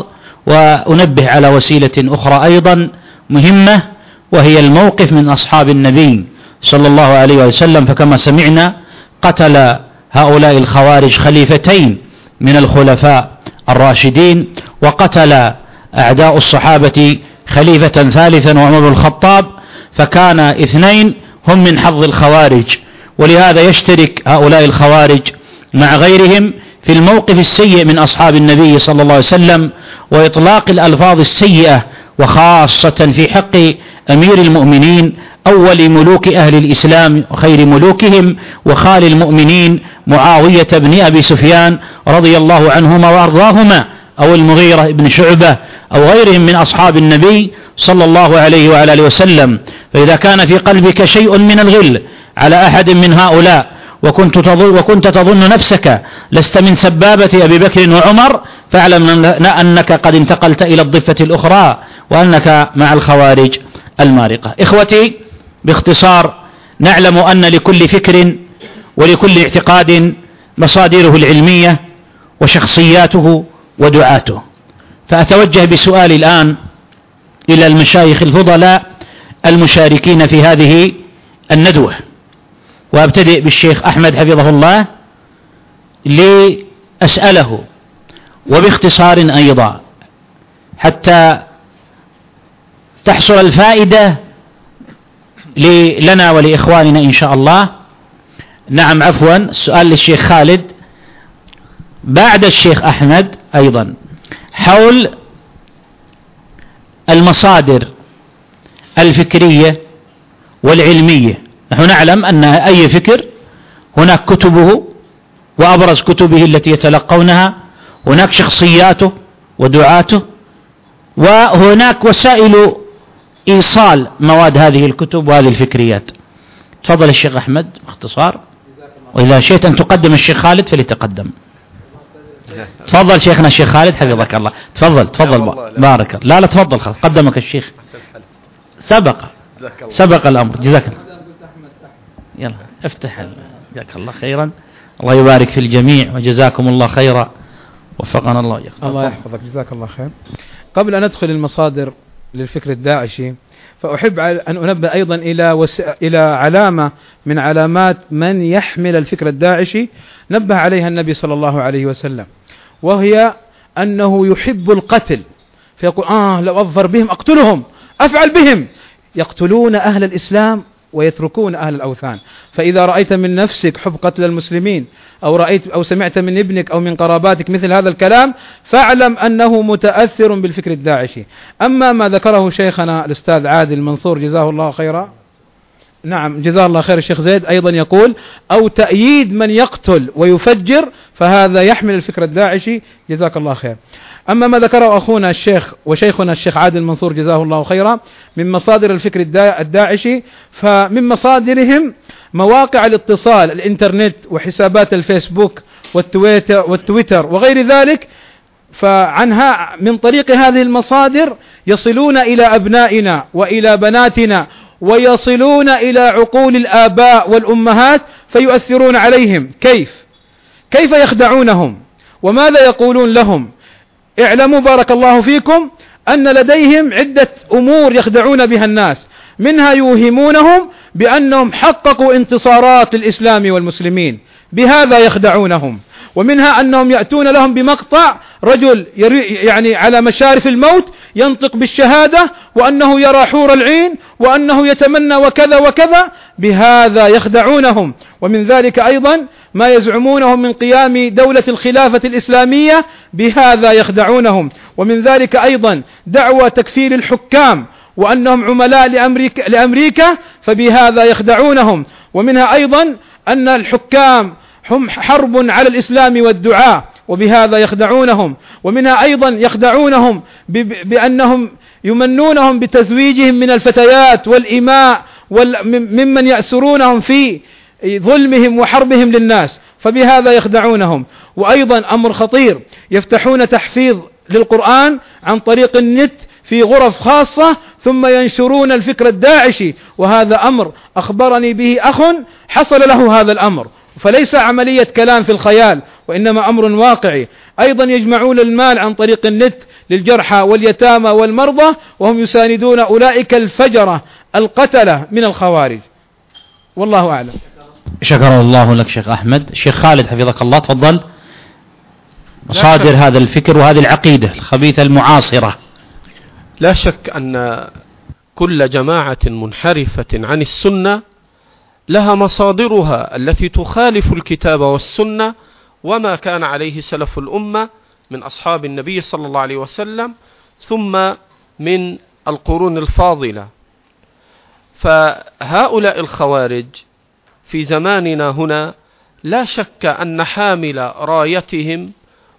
وأنبه على وسيلة أخرى أيضا مهمة، وهي الموقف من أصحاب النبي صلى الله عليه وسلم. فكما سمعنا قتل هؤلاء الخوارج خليفتين من الخلفاء الراشدين، وقتل أعداء الصحابة خليفة ثالثا وعمر بن الخطاب، فكان اثنين هم من حظ الخوارج. ولهذا يشترك هؤلاء الخوارج مع غيرهم في الموقف السيء من أصحاب النبي صلى الله عليه وسلم وإطلاق الألفاظ السيئة، وخاصة في حق أمير المؤمنين أول ملوك أهل الإسلام وخير ملوكهم وخال المؤمنين معاوية بن أبي سفيان رضي الله عنهما وأرضاهما، أو المغيرة بن شعبة أو غيرهم من أصحاب النبي صلى الله عليه وعلى آله وسلم. فإذا كان في قلبك شيء من الغل على أحد من هؤلاء وكنت تظن نفسك لست من سبابة أبي بكر وعمر، فاعلم أنك قد انتقلت إلى الضفة الأخرى وأنك مع الخوارج المارقة. إخوتي، باختصار نعلم أن لكل فكر ولكل اعتقاد مصادره العلمية وشخصياته ودعاته. فأتوجه بسؤالي الآن إلى المشايخ الفضلاء المشاركين في هذه الندوة، وأبتدئ بالشيخ أحمد حفظه الله لأسأله وباختصار أيضا حتى تحصل الفائدة لنا ولإخواننا إن شاء الله. نعم عفوا، السؤال للشيخ خالد بعد الشيخ أحمد أيضا حول المصادر الفكرية والعلمية. نحن نعلم أن أي فكر هناك كتبه وأبرز كتبه التي يتلقونها، هناك شخصياته ودعاته، وهناك وسائل إيصال مواد هذه الكتب وهذه الفكريات. تفضل الشيخ أحمد باختصار، وإذا شئت أن تقدم الشيخ خالد فليتقدم. تفضل شيخنا الشيخ خالد حفظك الله. تفضل بارك الله. لا تفضل خلاص، قدمك الشيخ، سبق الأمر. جزاك الله. يلا افتح. جزاك الله خيرا، الله يبارك في الجميع وجزاكم الله خيرا، وفقنا الله وإياكم. الله يحفظك، جزاك الله خير. قبل أن ندخل المصادر للفكر الداعشي، فأحب أن أنبه أيضا إلى علامة من علامات من يحمل الفكر الداعشي نبه عليها النبي صلى الله عليه وسلم، وهي أنه يحب القتل، فيقول لو أظفر بهم أقتلهم، أفعل بهم. يقتلون أهل الإسلام ويتركون أهل الأوثان. فإذا رأيت من نفسك حب قتل المسلمين أو سمعت من ابنك أو من قراباتك مثل هذا الكلام، فاعلم أنه متأثر بالفكر الداعشي. أما ما ذكره شيخنا الأستاذ عادل منصور جزاه الله خيرا نعم جزاه الله خير. الشيخ زيد أيضا يقول أو تأييد من يقتل ويفجر، فهذا يحمل الفكر الداعشي. جزاك الله خير. أما ما ذكره أخونا الشيخ وشيخنا الشيخ عادل منصور جزاه الله خيرا من مصادر الفكر الداعشي، فمن مصادرهم مواقع الاتصال الإنترنت وحسابات الفيسبوك والتويتر وغير ذلك، فعنها من طريق هذه المصادر يصلون إلى أبنائنا وإلى بناتنا ويصلون إلى عقول الآباء والأمهات فيؤثرون عليهم. كيف يخدعونهم وماذا يقولون لهم؟ اعلموا بارك الله فيكم أن لديهم عدة أمور يخدعون بها الناس، منها يوهمونهم بأنهم حققوا انتصارات للإسلام والمسلمين، بهذا يخدعونهم. ومنها أنهم يأتون لهم بمقطع رجل يعني على مشارف الموت ينطق بالشهادة وأنه يرى حور العين وأنه يتمنى وكذا وكذا، بهذا يخدعونهم. ومن ذلك أيضا ما يزعمونه من قيام دولة الخلافة الإسلامية، بهذا يخدعونهم. ومن ذلك أيضا دعوى تكفير الحكام وأنهم عملاء لأمريكا، فبهذا يخدعونهم. ومنها أيضا أن الحكام هم حرب على الإسلام والدعاء، وبهذا يخدعونهم. ومنها أيضا يخدعونهم بأنهم يمنونهم بتزويجهم من الفتيات والإماء ممن يأسرونهم في ظلمهم وحربهم للناس، فبهذا يخدعونهم. وأيضا أمر خطير، يفتحون تحفيظ للقرآن عن طريق النت في غرف خاصة ثم ينشرون الفكر الداعشي، وهذا أمر أخبرني به أخ حصل له هذا الأمر، فليس عملية كلام في الخيال وإنما أمر واقعي. أيضا يجمعون المال عن طريق النت للجرحى واليتامى والمرضى، وهم يساندون أولئك الفجرة القتلة من الخوارج. والله أعلم. شكر الله لك شيخ أحمد. شيخ خالد حفظك الله تفضل. مصادر هذا الفكر وهذه العقيدة الخبيثة المعاصرة. لا شك أن كل جماعة منحرفة عن السنة لها مصادرها التي تخالف الكتاب والسنة وما كان عليه سلف الأمة من أصحاب النبي صلى الله عليه وسلم ثم من القرون الفاضلة. فهؤلاء الخوارج في زماننا هنا لا شك أن حامل رايتهم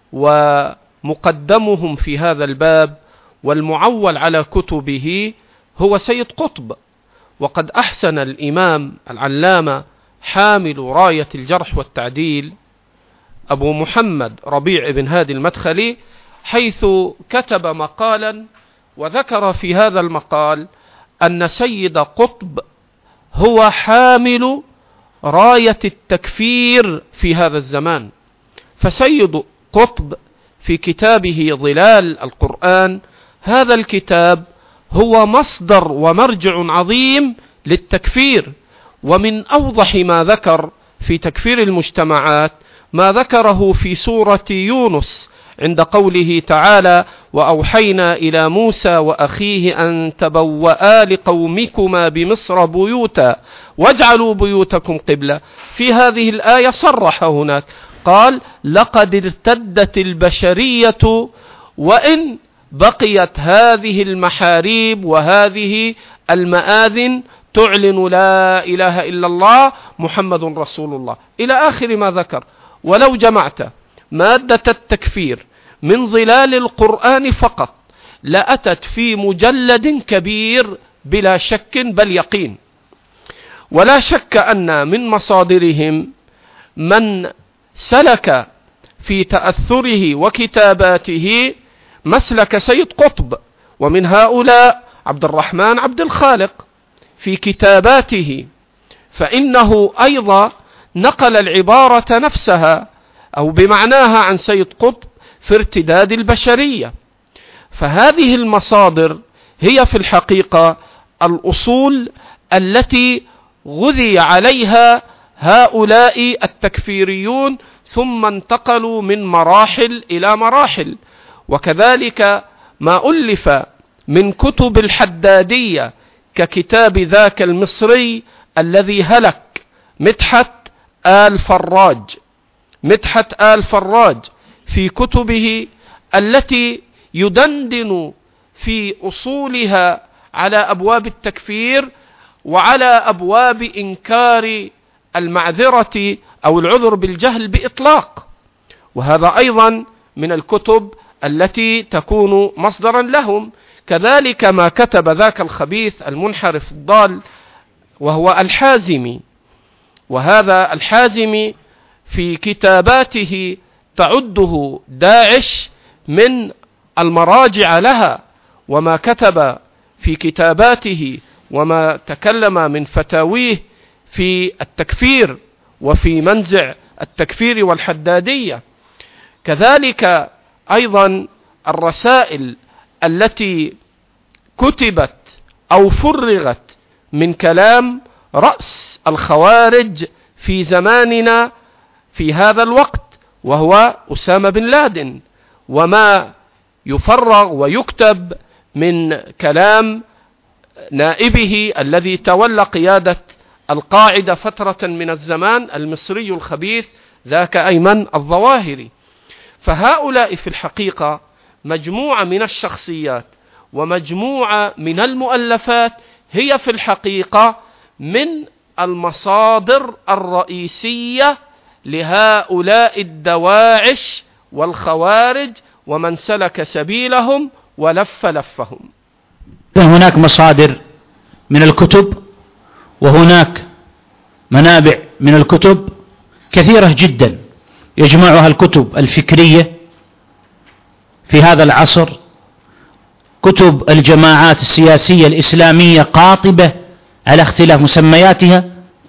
ومقدمهم في هذا الباب والمعول على كتبه هو سيد قطب. وقد أحسن الإمام العلامة حامل راية الجرح والتعديل أبو محمد ربيع بن هادي المدخلي، حيث كتب مقالا وذكر في هذا المقال أن سيد قطب هو حامل راية التكفير في هذا الزمان. فسيد قطب في كتابه ظلال القرآن، هذا الكتاب هو مصدر ومرجع عظيم للتكفير. ومن أوضح ما ذكر في تكفير المجتمعات ما ذكره في سورة يونس عند قوله تعالى: وأوحينا إلى موسى وأخيه أن تبوأ لقومكما بمصر بيوتا واجعلوا بيوتكم قبلة. في هذه الآية صرح هناك قال: لقد ارتدت البشرية وإن بقيت هذه المحاريب وهذه المآذن تعلن لا إله إلا الله محمد رسول الله، إلى آخر ما ذكر. ولو جمعت مادة التكفير من ظلال القرآن فقط لأتت في مجلد كبير بلا شك بل يقين. ولا شك أن من مصادرهم من سلك في تأثره وكتاباته مسلك سيد قطب، ومن هؤلاء عبد الرحمن عبد الخالق في كتاباته، فإنه أيضا نقل العبارة نفسها أو بمعناها عن سيد قطب في ارتداد البشرية. فهذه المصادر هي في الحقيقة الأصول التي غذي عليها هؤلاء التكفيريون، ثم انتقلوا من مراحل إلى مراحل. وكذلك ما ألف من كتب الحدادية ككتاب ذاك المصري الذي هلك مدحت آل فراج في كتبه التي يدندن في أصولها على أبواب التكفير، وعلى أبواب إنكار المعذرة أو العذر بالجهل بإطلاق، وهذا أيضا من الكتب التي تكون مصدرا لهم. كذلك ما كتب ذاك الخبيث المنحرف الضال وهو الحازمي، وهذا الحازمي في كتاباته تعده داعش من المراجع لها، وما كتب في كتاباته وما تكلم من فتاويه في التكفير وفي منزع التكفير والحدادية. كذلك أيضا الرسائل التي كتبت أو فرغت من كلام رأس الخوارج في زماننا في هذا الوقت وهو أسامة بن لادن، وما يفرغ ويكتب من كلام نائبه الذي تولى قيادة القاعدة فترة من الزمان المصري الخبيث ذاك أيمن الظواهري. فهؤلاء في الحقيقة مجموعة من الشخصيات ومجموعة من المؤلفات هي في الحقيقة من المصادر الرئيسية لهؤلاء الدواعش والخوارج ومن سلك سبيلهم ولف لفهم. هناك مصادر من الكتب وهناك منابع من الكتب كثيرة جدا يجمعها الكتب الفكرية في هذا العصر، كتب الجماعات السياسية الإسلامية قاطبة على اختلاف مسمياتها،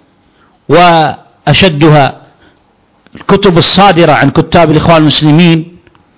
وأشدها الكتب الصادرة عن كتاب الإخوان المسلمين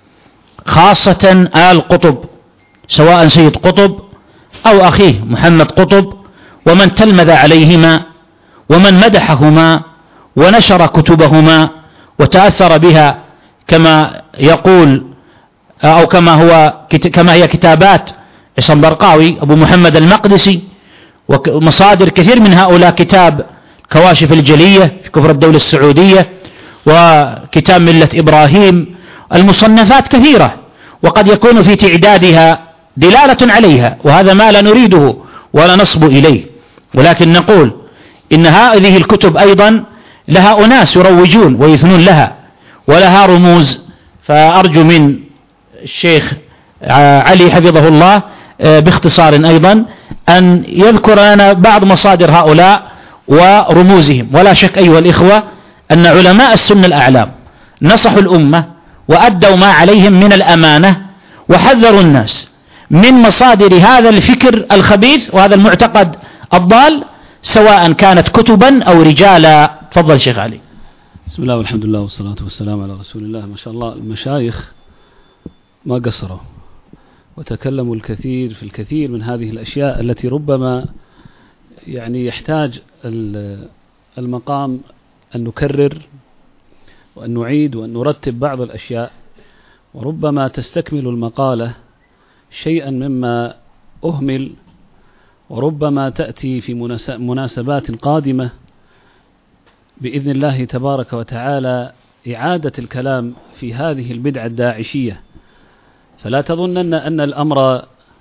خاصة آل قطب، سواء سيد قطب أو أخيه محمد قطب ومن تلمذ عليهما ومن مدحهما ونشر كتبهما وتأثر بها كما يقول أو كما هي كتابات عصام برقاوي أبو محمد المقدسي ومصادر كثير من هؤلاء، كتاب كواشف الجلية في كفر الدولة السعودية وكتاب ملة إبراهيم. المصنفات كثيرة وقد يكون في تعدادها دلالة عليها، وهذا ما لا نريده ولا نصب إليه، ولكن نقول إن هذه الكتب أيضا لها أناس يروجون ويثنون لها ولها رموز. فأرجو من الشيخ علي حفظه الله باختصار أيضا أن يذكر لنا بعض مصادر هؤلاء ورموزهم. ولا شك أيها الإخوة أن علماء السنة الأعلام نصحوا الأمة وأدوا ما عليهم من الأمانة وحذروا الناس من مصادر هذا الفكر الخبيث وهذا المعتقد الضال، سواء كانت كتبا أو رجالا. تفضل شيخ علي. بسم الله والحمد لله والصلاة والسلام على رسول الله. ما شاء الله المشايخ ما قصروا وتكلموا الكثير في الكثير من هذه الأشياء التي ربما يعني يحتاج المقام أن نكرر وأن نعيد وأن نرتب بعض الأشياء، وربما تستكمل المقالة شيئا مما أهمل، وربما تأتي في مناسبات قادمة بإذن الله تبارك وتعالى إعادة الكلام في هذه البدعة الداعشية. فلا تظنن أن الأمر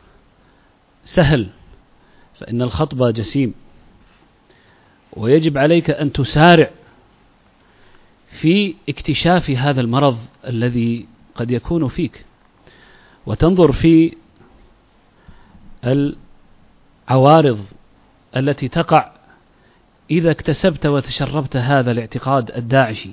سهل، فإن الخطب جسيم، ويجب عليك أن تسارع في اكتشاف هذا المرض الذي قد يكون فيك، وتنظر في العوارض التي تقع إذا اكتسبت وتشربت هذا الاعتقاد الداعشي.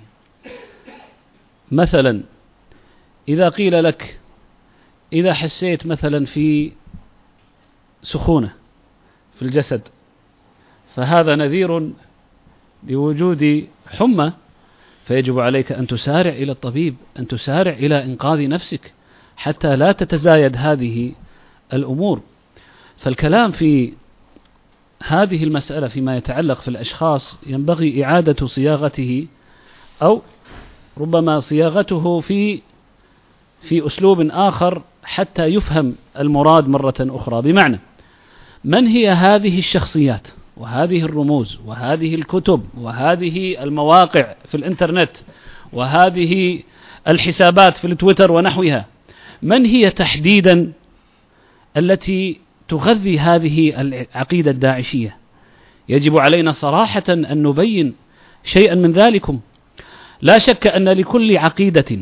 مثلا إذا قيل لك إذا حسيت مثلا في سخونة في الجسد فهذا نذير بوجود حمى، فيجب عليك أن تسارع إلى الطبيب، أن تسارع إلى إنقاذ نفسك حتى لا تتزايد هذه الأمور. فالكلام في هذه المسألة فيما يتعلق في الأشخاص ينبغي إعادة صياغته أو ربما صياغته في أسلوب آخر حتى يفهم المراد مرة أخرى. بمعنى من هي هذه الشخصيات وهذه الرموز وهذه الكتب وهذه المواقع في الإنترنت وهذه الحسابات في التويتر ونحوها، من هي تحديدا التي تغذي هذه العقيدة الداعشية؟ يجب علينا صراحة أن نبين شيئا من ذلكم. لا شك أن لكل عقيدة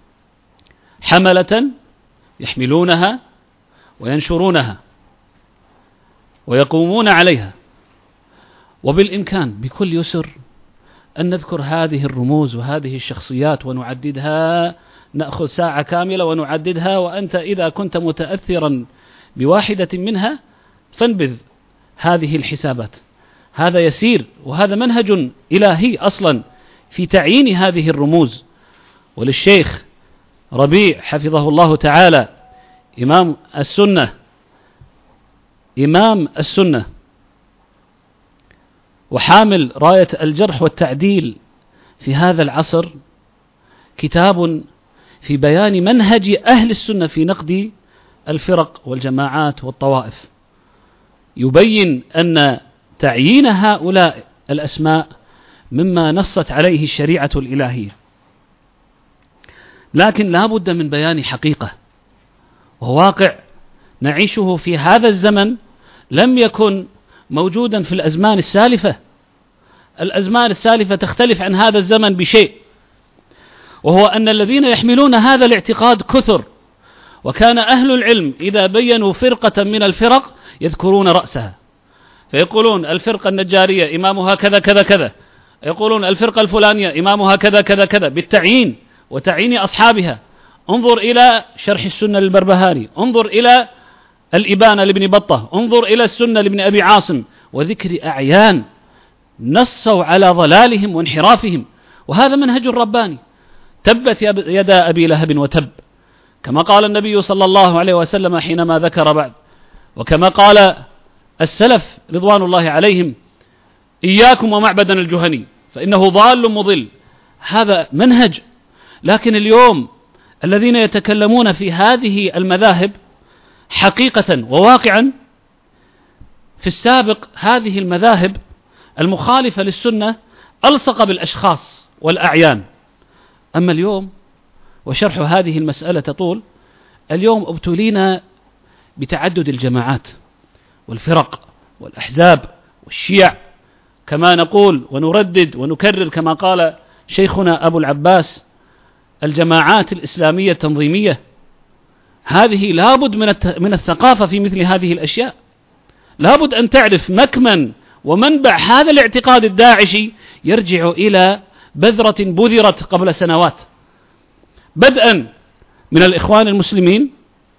حملة يحملونها وينشرونها ويقومون عليها، وبالإمكان بكل يسر أن نذكر هذه الرموز وهذه الشخصيات ونعددها، نأخذ ساعة كاملة ونعددها، وأنت إذا كنت متأثرا بواحدة منها فانبذ هذه الحسابات. هذا يسير، وهذا منهج إلهي أصلا في تعيين هذه الرموز. وللشيخ ربيع حفظه الله تعالى إمام السنة وحامل راية الجرح والتعديل في هذا العصر كتاب في بيان منهج أهل السنة في نقد الفرق والجماعات والطوائف، يبين أن تعيين هؤلاء الأسماء مما نصت عليه الشريعة الإلهية، لكن لا بد من بيان حقيقة وواقع نعيشه في هذا الزمن لم يكن موجودا في الأزمان السالفة. الأزمان السالفة تختلف عن هذا الزمن بشيء، وهو أن الذين يحملون هذا الاعتقاد كثر، وكان أهل العلم إذا بينوا فرقة من الفرق يذكرون رأسها، فيقولون الفرقة النجارية إمامها كذا كذا كذا، يقولون الفرقة الفلانية إمامها كذا كذا كذا، بالتعيين وتعيين أصحابها. انظر إلى شرح السنة للبربهاري، انظر إلى الإبانة لابن بطة، انظر إلى السنة لابن أبي عاصم، وذكر أعيان نصوا على ضلالهم وانحرافهم. وهذا منهج رباني. تبت يدا أبي لهب وتب، كما قال النبي صلى الله عليه وسلم حينما ذكر بعد، وكما قال السلف رضوان الله عليهم: إياكم ومعبدا الجهني فإنه ضال مضل. هذا منهج. لكن اليوم الذين يتكلمون في هذه المذاهب حقيقة وواقعا، في السابق هذه المذاهب المخالفة للسنة ألصق بالأشخاص والأعيان، أما اليوم وشرح هذه المسألة طول. اليوم ابتلينا بتعدد الجماعات والفرق والأحزاب والشيع، كما نقول ونردد ونكرر كما قال شيخنا أبو العباس: الجماعات الإسلامية التنظيمية. هذه لابد من الثقافة في مثل هذه الأشياء. لابد أن تعرف مكمن ومنبع هذا الاعتقاد الداعشي يرجع إلى بذرة بذرت قبل سنوات، بدءا من الإخوان المسلمين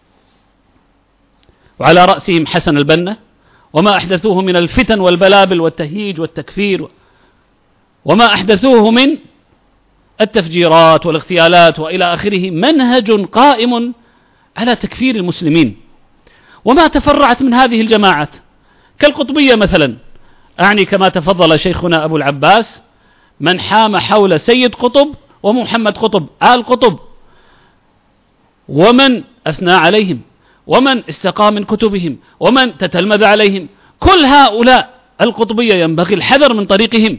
وعلى رأسهم حسن البنا، وما أحدثوه من الفتن والبلابل والتهييج والتكفير، وما أحدثوه من التفجيرات والاغتيالات وإلى آخره، منهج قائم على تكفير المسلمين. وما تفرعت من هذه الجماعات كالقطبية مثلا، أعني كما تفضل شيخنا أبو العباس: من حام حول سيد قطب ومحمد قطب آل قطب، ومن أثنى عليهم، ومن استقى من كتبهم، ومن تتلمذ عليهم، كل هؤلاء القطبية ينبغي الحذر من طريقهم،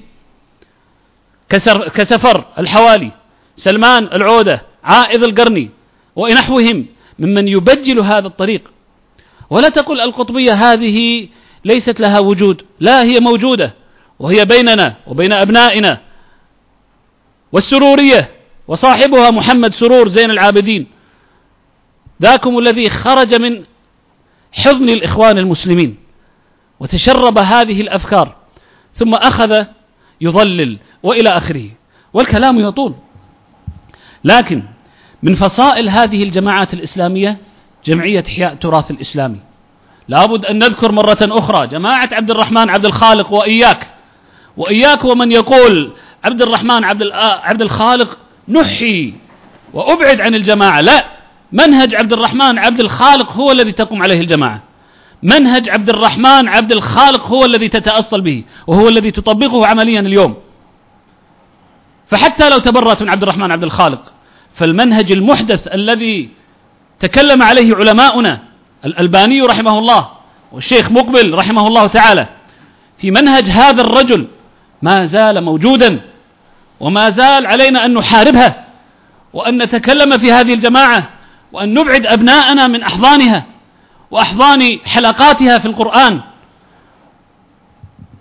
كسفر الحوالي، سلمان العودة، عائذ القرني ونحوهم ممن يبجل هذا الطريق. ولا تقل القطبية هذه ليست لها وجود، لا، هي موجودة، وهي بيننا وبين أبنائنا. والسرورية وصاحبها محمد سرور زين العابدين، ذاكم الذي خرج من حضن الإخوان المسلمين وتشرب هذه الأفكار ثم أخذ يضلل وإلى آخره، والكلام يطول. لكن من فصائل هذه الجماعات الإسلامية جمعية إحياء التراث الإسلامي. لابد أن نذكر مرة أخرى جماعة عبد الرحمن عبد الخالق، وإياك ومن يقول عبد الرحمن عبد الخالق نحي وأبعد عن الجماعة. لا، منهج عبد الرحمن عبد الخالق هو الذي تقوم عليه الجماعة، منهج عبد الرحمن عبد الخالق هو الذي تتأصل به، وهو الذي تطبقه عمليا اليوم. فحتى لو تبرأت من عبد الرحمن عبد الخالق، فالمنهج المحدث الذي تكلم عليه علماؤنا الألباني رحمه الله والشيخ مقبل رحمه الله تعالى، في منهج هذا الرجل ما زال موجودا، وما زال علينا أن نحاربها وأن نتكلم في هذه الجماعة، وأن نبعد أبناءنا من أحضانها وأحضان حلقاتها في القرآن.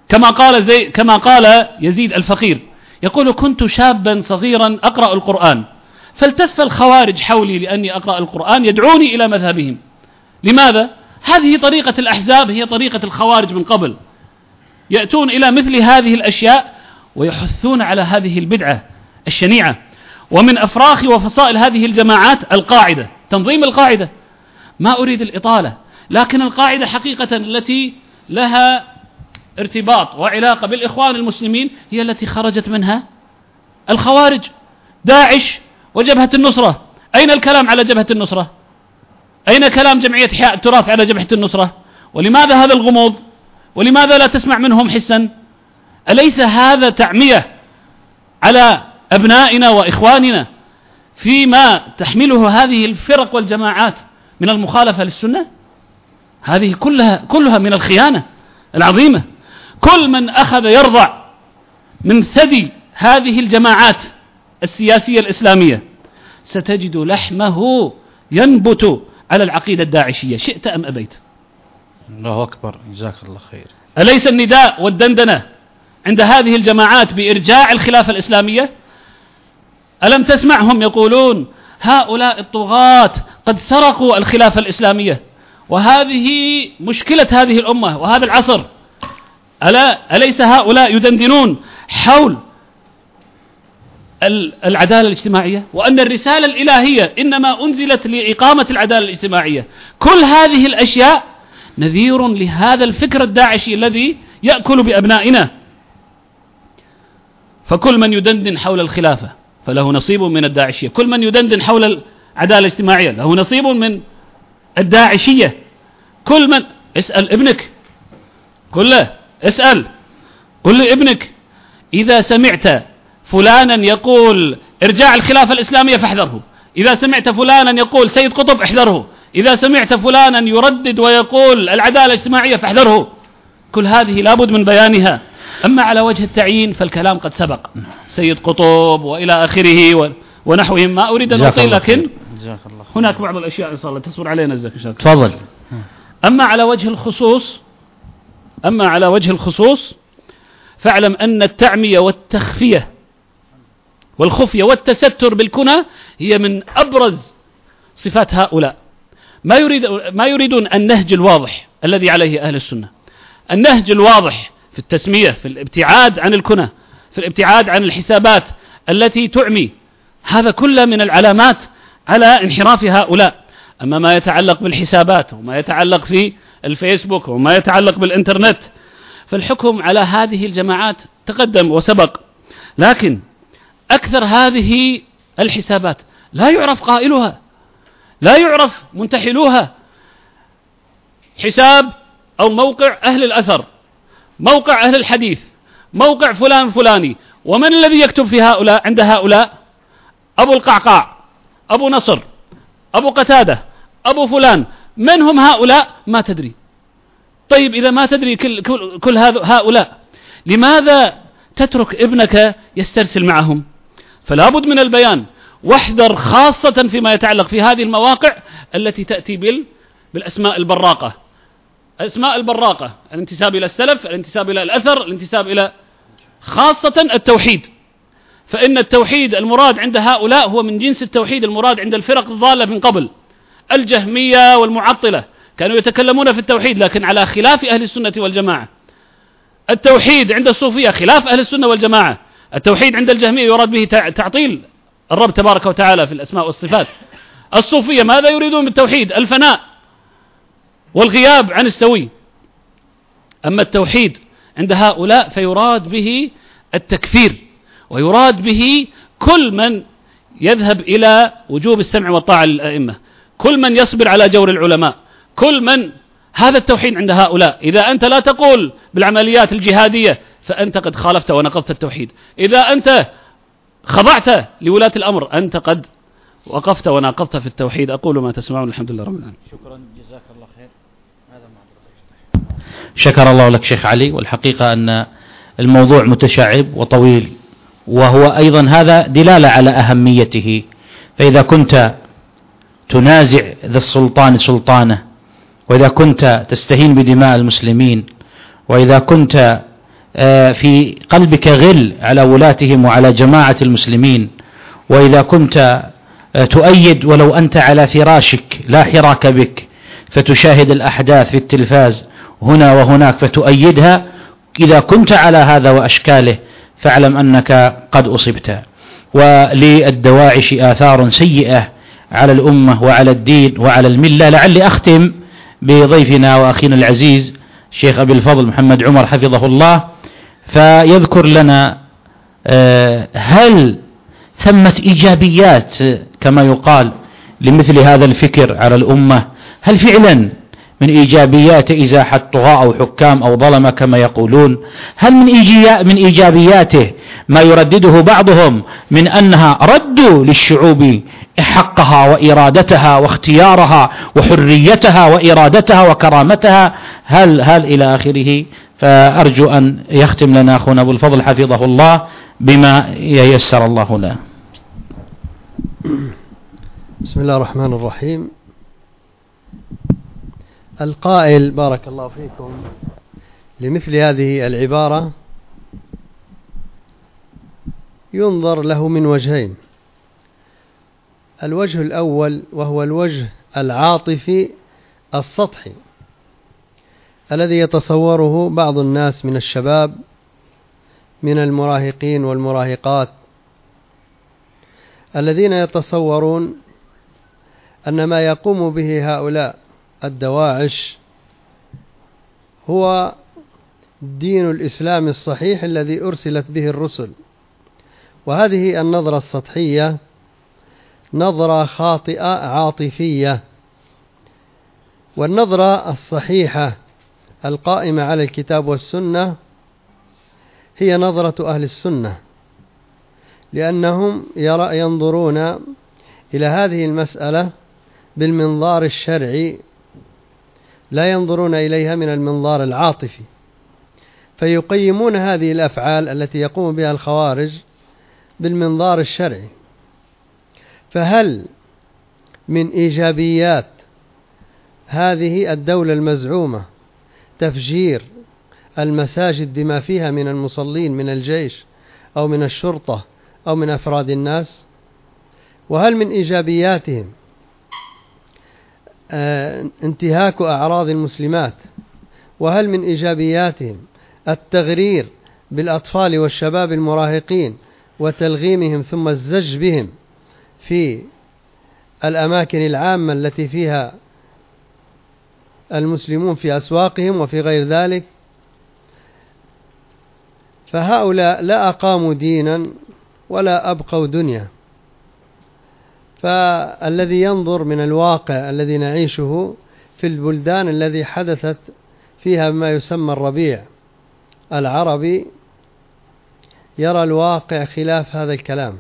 كما قال يزيد الفقير، يقول: كنت شابا صغيرا أقرأ القرآن، فالتف الخوارج حولي لأني أقرأ القرآن يدعوني إلى مذهبهم. لماذا؟ هذه طريقة الأحزاب، هي طريقة الخوارج من قبل، يأتون إلى مثل هذه الأشياء ويحثون على هذه البدعة الشنيعة. ومن أفراخ وفصائل هذه الجماعات القاعدة، تنظيم القاعدة. ما أريد الإطالة، لكن القاعدة حقيقة التي لها ارتباط وعلاقة بالإخوان المسلمين هي التي خرجت منها الخوارج، داعش وجبهة النصرة. أين الكلام على جبهة النصرة؟ أين كلام جمعية إحياء التراث على جبهة النصرة؟ ولماذا هذا الغموض؟ ولماذا لا تسمع منهم حسا؟ أليس هذا تعمية على أبنائنا وإخواننا فيما تحمله هذه الفرق والجماعات من المخالفة للسنة؟ هذه كلها من الخيانة العظيمة. كل من أخذ يرضع من ثدي هذه الجماعات السياسية الإسلامية ستجد لحمه ينبت على العقيدة الداعشية، شئت أم أبيت. الله أكبر، جزاك الله خير. أليس النداء والدندنة عند هذه الجماعات بإرجاع الخلافة الإسلامية؟ ألم تسمعهم يقولون: هؤلاء الطغاة قد سرقوا الخلافة الإسلامية، وهذه مشكلة هذه الأمة وهذا العصر؟ أليس هؤلاء يدندنون حول العدالة الاجتماعية، وأن الرسالة الإلهية إنما أنزلت لإقامة العدالة الاجتماعية؟ كل هذه الأشياء نذير لهذا الفكر الداعشي الذي يأكل بأبنائنا. فكل من يدندن حول الخلافة فله نصيب من الداعشية، كل من يدندن حول العدالة الاجتماعية له نصيب من الداعشية. كل من اسأل ابنك، كله اسأل، قل لابنك: إذا سمعت فلانا يقول ارجاع الخلافة الإسلامية فاحذره، إذا سمعت فلانا يقول سيد قطب احذره، إذا سمعت فلانا يردد ويقول العدالة الاجتماعية فاحذره. كل هذه لابد من بيانها. أما على وجه التعيين فالكلام قد سبق، سيد قطب وإلى آخره ونحوهم. ما أريد أن أطيل، لكن هناك بعض الأشياء إن شاء الله تصبر علينا. تفضل. أما على وجه الخصوص فاعلم أن التعمية والتخفية والخفية والتستر بالكنى هي من أبرز صفات هؤلاء. ما يريدون النهج الواضح الذي عليه أهل السنة، النهج الواضح في التسمية، في الابتعاد عن الكنى، في الابتعاد عن الحسابات التي تعمي. هذا كله من العلامات على انحراف هؤلاء. أما ما يتعلق بالحسابات وما يتعلق في الفيسبوك وما يتعلق بالإنترنت فالحكم على هذه الجماعات تقدم وسبق. لكن أكثر هذه الحسابات لا يعرف قائلها، لا يعرف منتحلوها. حساب أو موقع أهل الأثر، موقع أهل الحديث، موقع فلان فلاني. ومن الذي يكتب في هؤلاء؟ عند هؤلاء أبو القعقاع، أبو نصر، أبو قتادة، أبو فلان. من هم هؤلاء؟ ما تدري. طيب إذا ما تدري كل هؤلاء، لماذا تترك ابنك يسترسل معهم؟ فلا بد من البيان. واحذر خاصة فيما يتعلق في هذه المواقع التي تأتي بالأسماء البراقة، أسماء البراقة، الانتساب إلى السلف، الانتساب إلى الأثر، الانتساب إلى خاصة التوحيد. فإن التوحيد المراد عند هؤلاء هو من جنس التوحيد المراد عند الفرق الضالة من قبل. الجهمية والمعطلة كانوا يتكلمون في التوحيد لكن على خلاف أهل السنة والجماعة. التوحيد عند الصوفية خلاف أهل السنة والجماعة. التوحيد عند الجهمية يراد به تعطيل الرب تبارك وتعالى في الأسماء والصفات. الصوفية ماذا يريدون بالتوحيد؟ الفناء والغياب عن السوي. أما التوحيد عند هؤلاء فيراد به التكفير، ويراد به كل من يذهب إلى وجوب السمع والطاعة للأئمة، كل من يصبر على جور العلماء، كل من هذا التوحيد عند هؤلاء. إذا أنت لا تقول بالعمليات الجهادية فأنت قد خالفت ونقضت التوحيد. إذا أنت خضعت لولاة الأمر أنت قد وقفت وناقضت في التوحيد. أقول ما تسمعون، الحمد لله رب العالمين. شكرا، جزاك الله خير. شكر الله لك شيخ علي. والحقيقة أن الموضوع متشعب وطويل، وهو أيضا هذا دلالة على أهميته. فإذا كنت تنازع ذا السلطان سلطانه، وإذا كنت تستهين بدماء المسلمين، وإذا كنت في قلبك غل على ولاتهم وعلى جماعة المسلمين، وإذا كنت تؤيد ولو أنت على فراشك لا حراك بك فتشاهد الأحداث في التلفاز هنا وهناك فتؤيدها، إذا كنت على هذا وأشكاله فاعلم أنك قد أصبت. وللدواعش آثار سيئة على الأمة وعلى الدين وعلى الملة. لعلي أختم بضيفنا وأخينا العزيز شيخ أبي الفضل محمد عمر حفظه الله، فيذكر لنا هل ثمت إيجابيات كما يقال لمثل هذا الفكر على الأمة؟ هل فعلا من إيجابيات إزاحة طغاة أو حكام أو ظلمة كما يقولون؟ هل من إيجابياته ما يردده بعضهم من أنها ردوا للشعوب حقها وإرادتها واختيارها وحريتها وإرادتها وكرامتها؟ هل إلى آخره. فأرجو أن يختم لنا أخونا أبو الفضل حفظه الله بما ييسر الله له. بسم الله الرحمن الرحيم. القائل بارك الله فيكم لمثل هذه العبارة ينظر له من وجهين. الوجه الأول وهو الوجه العاطفي السطحي الذي يتصوره بعض الناس من الشباب من المراهقين والمراهقات الذين يتصورون أن ما يقوم به هؤلاء الدواعش هو دين الإسلام الصحيح الذي أرسلت به الرسل. وهذه النظرة السطحية نظرة خاطئة عاطفية، والنظرة الصحيحة القائمة على الكتاب والسنة هي نظرة أهل السنة، لأنهم ينظرون إلى هذه المسألة بالمنظار الشرعي، لا ينظرون إليها من المنظار العاطفي، فيقيمون هذه الأفعال التي يقوم بها الخوارج بالمنظار الشرعي. فهل من إيجابيات هذه الدولة المزعومة تفجير المساجد بما فيها من المصلين من الجيش أو من الشرطة أو من أفراد الناس؟ وهل من إيجابياتهم انتهاك أعراض المسلمات؟ وهل من إيجابياتهم التغرير بالأطفال والشباب المراهقين وتلغيمهم ثم الزج بهم في الأماكن العامة التي فيها المسلمون في أسواقهم وفي غير ذلك؟ فهؤلاء لا أقاموا دينا ولا أبقوا دنيا. فالذي ينظر من الواقع الذي نعيشه في البلدان الذي حدثت فيها ما يسمى الربيع العربي يرى الواقع خلاف هذا الكلام.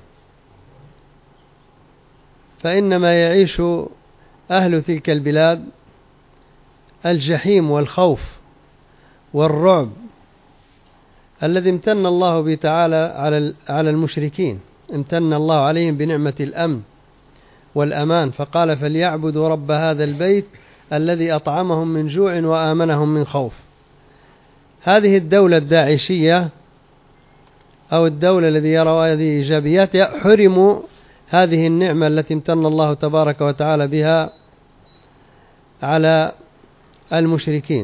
فإنما يعيش أهل تلك البلاد الجحيم والخوف والرعب الذي امتن الله به تعالى على المشركين. امتن الله عليهم بنعمة الأمن والأمان، فقال فليعبدوا رب هذا البيت الذي أطعمهم من جوع وآمنهم من خوف. هذه الدولة الداعشية أو الدولة الذي يروا هذه إيجابيات حرموا هذه النعمة التي امتن الله تبارك وتعالى بها على المشركين.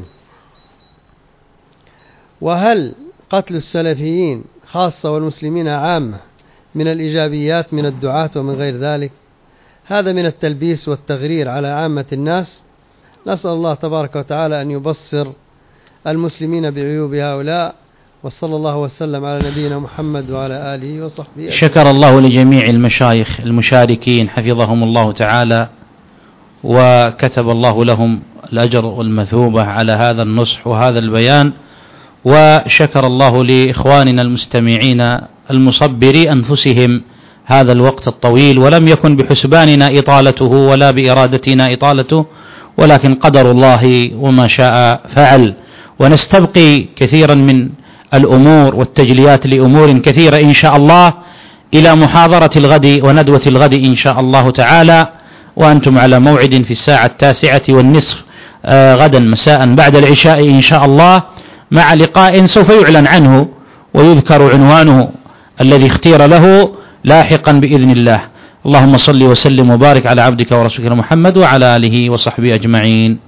وهل قتل السلفيين خاصة والمسلمين عامة من الإيجابيات من الدعاة ومن غير ذلك؟ هذا من التلبيس والتغرير على عامة الناس. نسأل الله تبارك وتعالى أن يبصر المسلمين بعيوب هؤلاء، وصلى الله وسلم على نبينا محمد وعلى آله وصحبه. شكر الله لجميع المشايخ المشاركين حفظهم الله تعالى، وكتب الله لهم الأجر والمثوبة على هذا النصح وهذا البيان، وشكر الله لإخواننا المستمعين المصبري أنفسهم هذا الوقت الطويل، ولم يكن بحسباننا إطالته ولا بإرادتنا إطالته، ولكن قدر الله وما شاء فعل. ونستبقي كثيرا من الأمور والتجليات لأمور كثيرة إن شاء الله إلى محاضرة الغد وندوة الغد إن شاء الله تعالى، وأنتم على موعد في الساعة 9:30 غدا مساء بعد العشاء إن شاء الله مع لقاء سوف يعلن عنه ويذكر عنوانه الذي اختير له لاحقا بإذن الله. اللهم صل وسلم وبارك على عبدك ورسولك محمد وعلى آله وصحبه أجمعين.